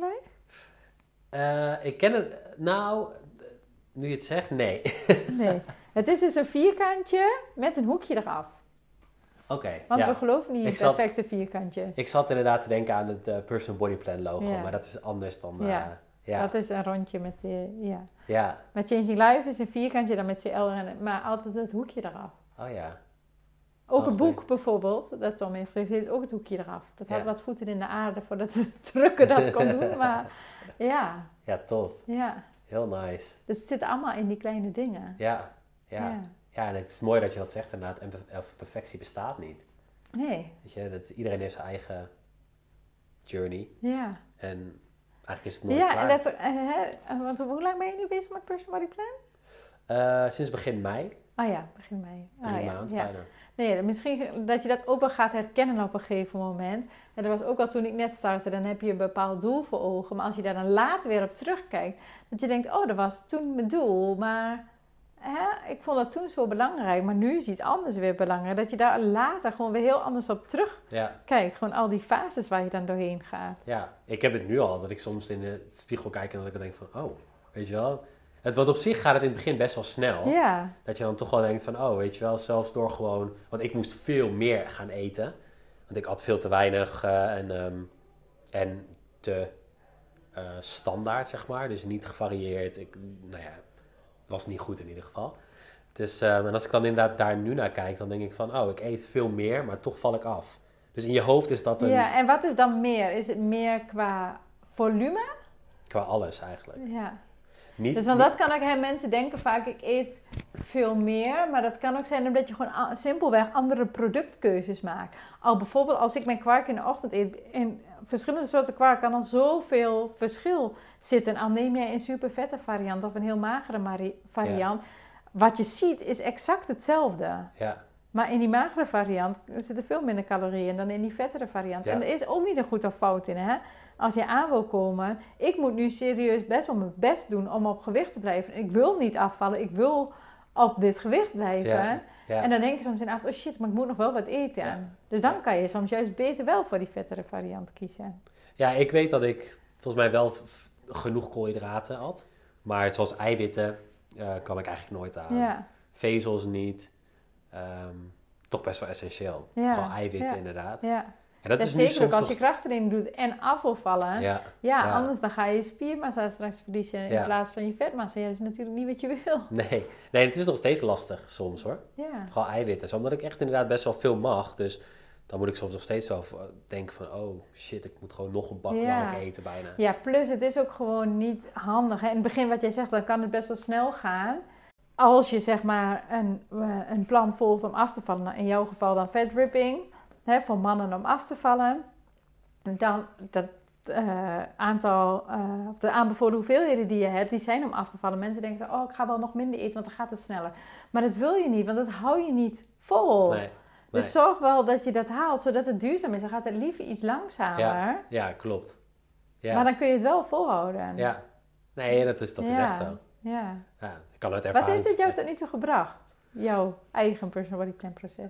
Life? Ik ken het, nou, nu je het zegt, nee. Nee, het is dus een vierkantje met een hoekje eraf. Oké. Want we geloven niet in perfecte vierkantjes. Ik zat inderdaad te denken aan het Personal Body Plan logo, maar dat is anders dan... Dat is een rondje met Ja. Met Changing Life is een vierkantje dan met CL, maar altijd het hoekje eraf. Oh ja. Ook het boek bijvoorbeeld, dat Tom heeft geschreven, heeft ook het hoekje eraf. Dat had wat voeten in de aarde voordat de drukker dat kon doen, maar ja. Ja, tof. Ja. Heel nice. Dus het zit allemaal in die kleine dingen. Ja, en het is mooi dat je dat zegt inderdaad. En perfectie bestaat niet. Nee. Weet je, iedereen heeft zijn eigen journey. Ja. En eigenlijk is het nooit klaar. Want hoe lang ben je nu bezig met Personal Body Plan? Sinds begin mei. Oh ja, begin mei. 3 maanden bijna. Nee, misschien dat je dat ook wel gaat herkennen op een gegeven moment. En dat was ook al toen ik net startte. Dan heb je een bepaald doel voor ogen. Maar als je daar dan later weer op terugkijkt. Dat je denkt, dat was toen mijn doel. Maar ik vond dat toen zo belangrijk. Maar nu is iets anders weer belangrijk. Dat je daar later gewoon weer heel anders op terugkijkt. Gewoon al die fases waar je dan doorheen gaat. Ja, ik heb het nu al. Dat ik soms in de spiegel kijk en dat ik dan denk van, weet je wel... Want op zich gaat het in het begin best wel snel. Ja. Dat je dan toch wel denkt van, weet je wel, zelfs door gewoon... Want ik moest veel meer gaan eten. Want ik at veel te weinig en te standaard, zeg maar. Dus niet gevarieerd. Het was niet goed in ieder geval. Dus en als ik dan inderdaad daar nu naar kijk, dan denk ik van, ik eet veel meer, maar toch val ik af. Dus in je hoofd is dat een... Ja, en wat is dan meer? Is het meer qua volume? Qua alles eigenlijk. Ja. Dus dat kan ook, mensen denken vaak, ik eet veel meer. Maar dat kan ook zijn omdat je gewoon simpelweg andere productkeuzes maakt. Al bijvoorbeeld als ik mijn kwark in de ochtend eet. In verschillende soorten kwark kan al zoveel verschil zitten. Al neem jij een super vette variant of een heel magere variant. Ja. Wat je ziet is exact hetzelfde. Ja. Maar in die magere variant zitten veel minder calorieën dan in die vettere variant. Ja. En er is ook niet een goed of fout in, hè. Als je aan wil komen, ik moet nu serieus best wel mijn best doen om op gewicht te blijven. Ik wil niet afvallen, ik wil op dit gewicht blijven. Ja, ja. En dan denk je soms in de avond, shit, maar ik moet nog wel wat eten. Ja. Dus dan kan je soms juist beter wel voor die vettere variant kiezen. Ja, ik weet dat ik volgens mij wel genoeg koolhydraten had. Maar zoals eiwitten kwam ik eigenlijk nooit aan. Ja. Vezels niet. Toch best wel essentieel. Ja. Vooral eiwitten inderdaad. Ja. En dat is zeker nu soms ook als je krachttraining doet en af wil vallen. Ja, anders dan ga je spiermassa straks verliezen in plaats van je vetmassa. Ja, dat is natuurlijk niet wat je wil. Nee, het is nog steeds lastig soms hoor. Ja. Vooral eiwitten. Omdat ik echt inderdaad best wel veel mag. Dus dan moet ik soms nog steeds wel denken van... Oh shit, ik moet gewoon nog een bak melk eten bijna. Ja, plus het is ook gewoon niet handig. Hè? In het begin wat jij zegt, dan kan het best wel snel gaan. Als je zeg maar een plan volgt om af te vallen. In jouw geval dan fatripping. Voor mannen om af te vallen. Dan dat aantal, of de aanbevolen hoeveelheden die je hebt, die zijn om af te vallen. Mensen denken, ik ga wel nog minder eten, want dan gaat het sneller. Maar dat wil je niet, want dat hou je niet vol. Nee. Dus zorg wel dat je dat haalt, zodat het duurzaam is. Dan gaat het liever iets langzamer. Ja, klopt. Ja. Maar dan kun je het wel volhouden. Ja, nee, dat is echt zo. Ja. Ik kan het ervaren. Wat heeft het jou tot nu toe gebracht? Jouw eigen personal body plan proces?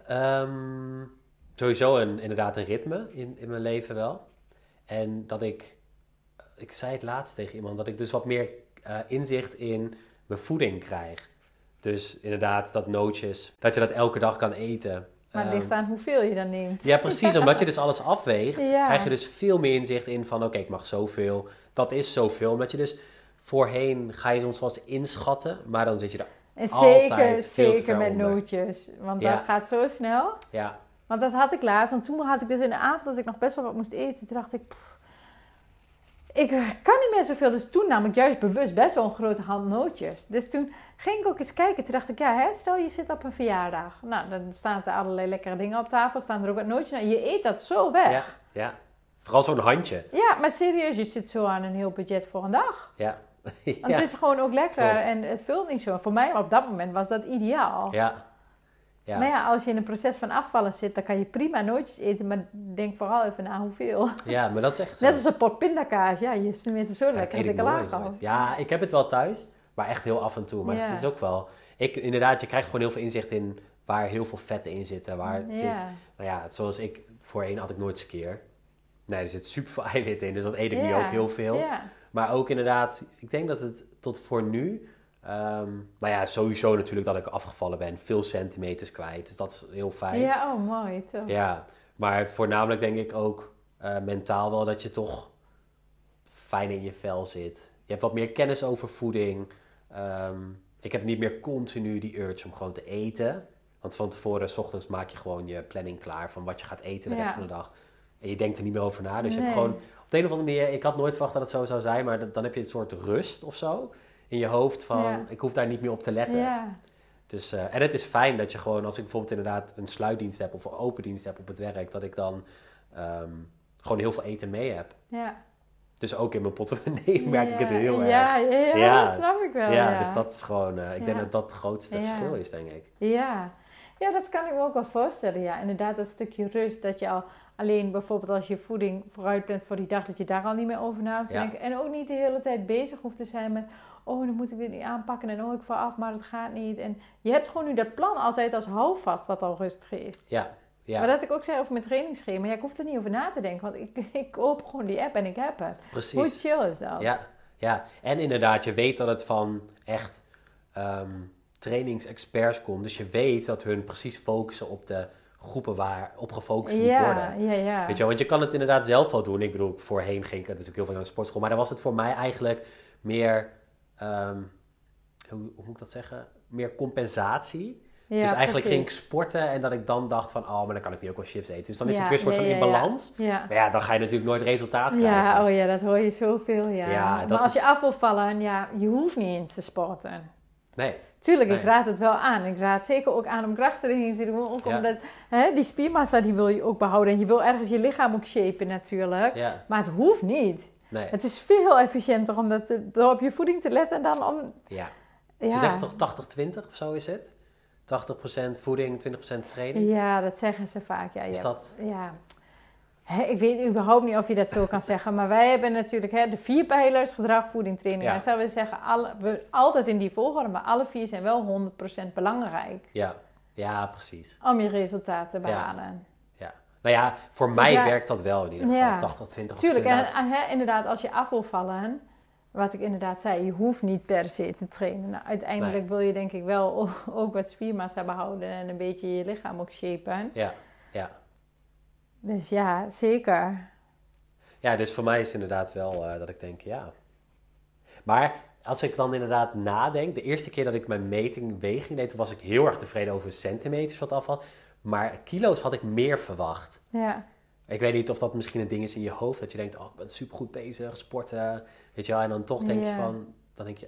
Sowieso inderdaad een ritme in mijn leven wel. En dat ik zei het laatst tegen iemand, dat ik dus wat meer inzicht in mijn voeding krijg. Dus inderdaad dat nootjes, dat je dat elke dag kan eten. Maar het ligt aan hoeveel je dan neemt. Ja, precies. Omdat je dus alles afweegt, krijg je dus veel meer inzicht in van oké, ik mag zoveel. Dat is zoveel. Omdat je dus voorheen ga je soms wel eens inschatten, maar dan zit je er en altijd veel te ver zeker met onder. Nootjes, want dat gaat zo snel. Ja. Want dat had ik laatst, want toen had ik dus in de avond dat ik nog best wel wat moest eten. Toen dacht ik, ik kan niet meer zoveel. Dus toen nam ik juist bewust best wel een grote hand nootjes. Dus toen ging ik ook eens kijken. Toen dacht ik, stel je zit op een verjaardag. Nou, dan staan er allerlei lekkere dingen op tafel. Staan er ook wat nootjes. Nou, je eet dat zo weg. Ja. Vooral zo'n handje. Ja, maar serieus, je zit zo aan een heel budget voor een dag. Ja. Want het is gewoon ook lekker. Klopt. En het vult niet zo. Voor mij op dat moment was dat ideaal. Ja. Ja. Maar ja, als je in een proces van afvallen zit, dan kan je prima nootjes eten, maar denk vooral even na hoeveel. Ja, maar dat is echt zo. Net als een pot pindakaas, ja, je smeert er zo lekker eet ik nooit. al. Ja, ik heb het wel thuis, maar echt heel af en toe. Maar het is ook wel... Inderdaad, je krijgt gewoon heel veel inzicht in waar heel veel vetten in zitten. Waar het zit... Nou ja, zoals voorheen had ik nooit skeer. Nee, er zit super veel eiwit in, dus dat eet ik nu ook heel veel. Ja. Maar ook inderdaad, ik denk dat het tot voor nu... nou ja, sowieso natuurlijk dat ik afgevallen ben. Veel centimeters kwijt, dus dat is heel fijn. Ja, oh mooi, toch? Ja, maar voornamelijk denk ik ook mentaal wel dat je toch fijn in je vel zit. Je hebt wat meer kennis over voeding. Ik heb niet meer continu die urge om gewoon te eten. Want van tevoren, 's ochtends, maak je gewoon je planning klaar van wat je gaat eten de rest van de dag. En je denkt er niet meer over na. Dus je hebt gewoon, op de een of andere manier, ik had nooit verwacht dat het zo zou zijn, maar dan heb je een soort rust of zo in je hoofd van, ik hoef daar niet meer op te letten. Ja. Dus, en het is fijn dat je gewoon, als ik bijvoorbeeld inderdaad een sluitdienst heb of een open dienst heb op het werk, dat ik dan gewoon heel veel eten mee heb. Ja. Dus ook in mijn portemonnee merk ik het heel erg. Ja, dat snap ik wel. Ja, dus dat is gewoon, ik denk dat dat het grootste verschil is, denk ik. Ja, dat kan ik me ook wel voorstellen. Ja, inderdaad, dat stukje rust, dat je al alleen bijvoorbeeld als je voeding vooruitplant voor die dag, dat je daar al niet meer over na hoeft te denken. En ook niet de hele tijd bezig hoeft te zijn met, oh, dan moet ik dit niet aanpakken en ik val af, maar het gaat niet. En je hebt gewoon nu dat plan altijd als houvast wat al rust geeft. Ja. Maar dat ik ook zei over mijn trainingsschema, ik hoef er niet over na te denken, want ik koop gewoon die app en ik heb het. Precies. Hoe chill is dat? Ja. En inderdaad, je weet dat het van echt trainingsexperts komt. Dus je weet dat hun precies focussen op de groepen waarop gefocust moet worden. Ja. Weet je, want je kan het inderdaad zelf wel doen. Ik bedoel, voorheen ging ik natuurlijk heel veel naar de sportschool. Maar dan was het voor mij eigenlijk meer, hoe moet ik dat zeggen? Meer compensatie. Ja, dus eigenlijk ging ik sporten en dat ik dan dacht van, maar dan kan ik nu ook wel chips eten. Dus dan is het weer een soort van in balans. Ja. Maar ja, dan ga je natuurlijk nooit resultaat krijgen. Ja, dat hoor je zoveel, maar als je af wil vallen, je hoeft niet eens te sporten. Nee. Tuurlijk, ik raad het wel aan. Ik raad zeker ook aan om krachttraining te doen. Ook omdat die spiermassa, die wil je ook behouden. En je wil ergens je lichaam ook shapen natuurlijk. Ja. Maar het hoeft niet. Nee. Het is veel efficiënter om door op je voeding te letten dan om... Ja. Ze zeggen toch 80-20 of zo is het? 80% voeding, 20% training? Ja, dat zeggen ze vaak. Ja, is dat? Ja. Ik weet überhaupt niet of je dat zo kan zeggen. Maar wij hebben natuurlijk de 4 pijlers, gedrag, voeding, training. Ja. Zouden we zeggen, altijd in die volgorde. Maar alle 4 zijn wel 100% belangrijk. Ja, precies. Om je resultaat te behalen. Ja. Nou ja, voor mij werkt dat wel in ieder geval. 80-20. Tuurlijk, inderdaad, als je af wil vallen... Wat ik inderdaad zei, je hoeft niet per se te trainen. Nou, uiteindelijk wil je denk ik wel ook wat spiermassa behouden en een beetje je lichaam ook shapen. Ja. Dus ja, zeker. Ja, dus voor mij is het inderdaad wel dat ik denk, Maar als ik dan inderdaad nadenk, de eerste keer dat ik mijn weging deed, toen was ik heel erg tevreden over centimeters wat afval. Maar kilo's had ik meer verwacht. Ja. Ik weet niet of dat misschien een ding is in je hoofd, dat je denkt, ik ben supergoed bezig, sporten, weet je wel. En dan toch denk je dan denk je,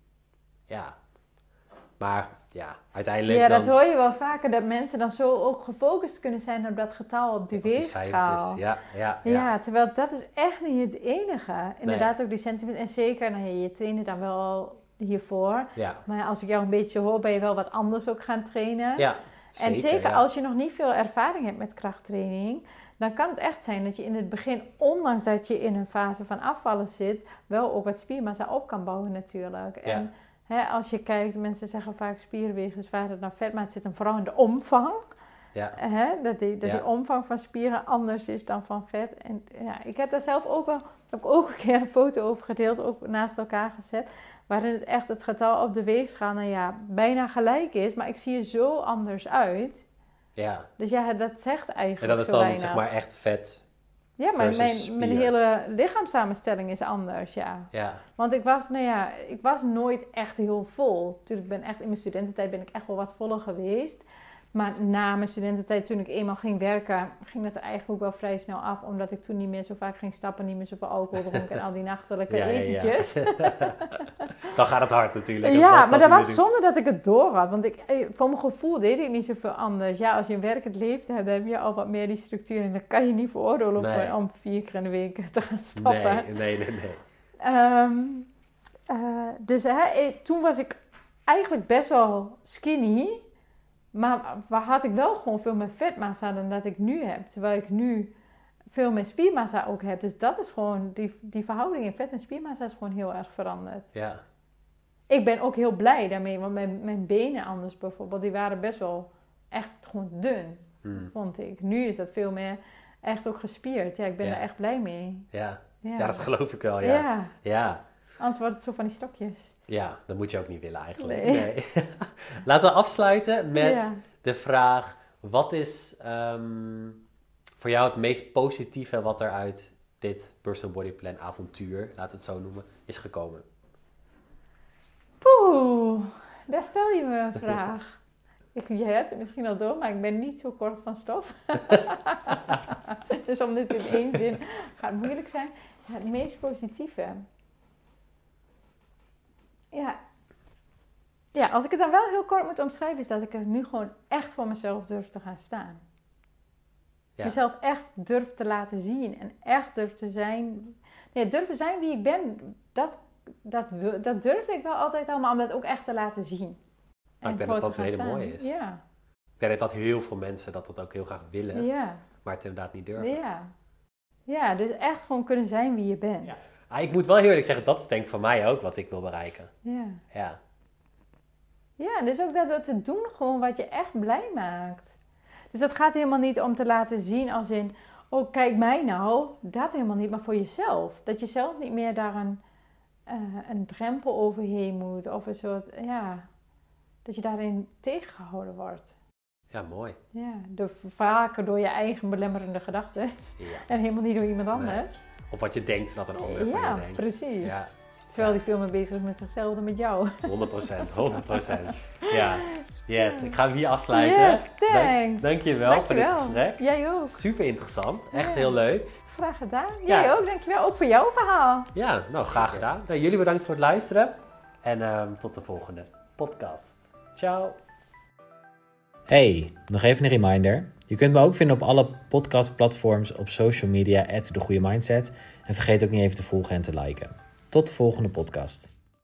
Maar uiteindelijk... Ja, dat hoor je wel vaker, dat mensen dan zo ook gefocust kunnen zijn op dat getal op de weegschaal. Ja, terwijl dat is echt niet het enige. Inderdaad ook die centimeter. En zeker, je trainde dan wel hiervoor. Ja. Maar als ik jou een beetje hoor, ben je wel wat anders ook gaan trainen. Ja, zeker. En zeker als je nog niet veel ervaring hebt met krachttraining... dan kan het echt zijn dat je in het begin, ondanks dat je in een fase van afvallen zit... wel ook wat spiermassa op kan bouwen natuurlijk. Ja. En als je kijkt, mensen zeggen vaak spieren wegen zwaarder dan vet... maar het zit hem vooral in de omvang. Ja. Dat die omvang van spieren anders is dan van vet. En ik heb daar zelf ook ook een keer een foto over gedeeld, ook naast elkaar gezet... waarin het echt het getal op de weegschaal bijna gelijk is... maar ik zie er zo anders uit... Ja. Dus dat zegt eigenlijk en dat is dan weinig. Zeg maar echt vet. Ja, maar mijn hele lichaamssamenstelling is anders, ja. Want ik was nooit echt heel vol. Natuurlijk in mijn studententijd ben ik echt wel wat voller geweest. Maar na mijn studententijd, toen ik eenmaal ging werken, ging dat er eigenlijk ook wel vrij snel af. Omdat ik toen niet meer zo vaak ging stappen, niet meer zoveel alcohol dronk en al die nachtelijke etentjes. Dan gaat het hard natuurlijk. Ja, maar dat was zonder dat ik het door had. Want voor mijn gevoel deed ik niet zoveel anders. Ja, als je een werkend leven hebt, dan heb je al wat meer die structuur. En dan kan je niet veroorloven om 4 keer in de week te gaan stappen. Nee. Dus toen was ik eigenlijk best wel skinny. Maar had ik wel gewoon veel meer vetmassa dan dat ik nu heb. Terwijl ik nu veel meer spiermassa ook heb. Dus dat is gewoon, die verhouding in vet en spiermassa is gewoon heel erg veranderd. Ja. Ik ben ook heel blij daarmee, want mijn benen anders bijvoorbeeld, die waren best wel echt gewoon dun, vond ik. Nu is dat veel meer echt ook gespierd. Ja, ik ben er echt blij mee. Ja. Ja, dat geloof ik wel, ja. Anders wordt het zo van die stokjes. Ja, dat moet je ook niet willen eigenlijk. Nee. Laten we afsluiten met de vraag, wat is voor jou het meest positieve wat er uit dit Personal Body Plan avontuur, laten we het zo noemen, is gekomen? Poeh, daar stel je me een vraag. Jij hebt het misschien al door, maar ik ben niet zo kort van stof. Dus om dit in één zin gaat moeilijk zijn. Ja, het meest positieve. Ja, als ik het dan wel heel kort moet omschrijven, is dat ik er nu gewoon echt voor mezelf durf te gaan staan. Ja. Mezelf echt durf te laten zien en echt durf te zijn. Nee, durven zijn wie ik ben, dat durfde ik wel altijd al, maar om dat ook echt te laten zien. Maar ik denk dat dat een hele mooie is. Ja. Ik denk dat heel veel mensen dat ook heel graag willen, maar het inderdaad niet durven. Ja, dus echt gewoon kunnen zijn wie je bent. Ja. Ik moet wel heel eerlijk zeggen, dat is denk ik voor mij ook wat ik wil bereiken. Ja, dus ook dat te doen gewoon wat je echt blij maakt. Dus dat gaat helemaal niet om te laten zien als in, oh kijk mij nou, dat helemaal niet, maar voor jezelf. Dat je zelf niet meer daar een drempel overheen moet of een soort, dat je daarin tegengehouden wordt. Ja, mooi. Ja, vaker door je eigen belemmerende gedachten en helemaal niet door iemand anders. Nee. Of wat je denkt dat een ander van je denkt. Precies. Ja, terwijl die veel meer bezig is met zichzelf dan met jou. 100%. Ja, yes. Ik ga hem hier afsluiten. Yes, thanks. Dankjewel voor dit gesprek. Jij ook. Super interessant. Echt heel leuk. Graag gedaan. Jij ook, dankjewel. Ook voor jouw verhaal. Ja, nou graag gedaan. Nou, jullie bedankt voor het luisteren. En tot de volgende podcast. Ciao. Hey, nog even een reminder. Je kunt me ook vinden op alle podcastplatforms, op social media @degoeiemindset. En vergeet ook niet even te volgen en te liken. Tot de volgende podcast.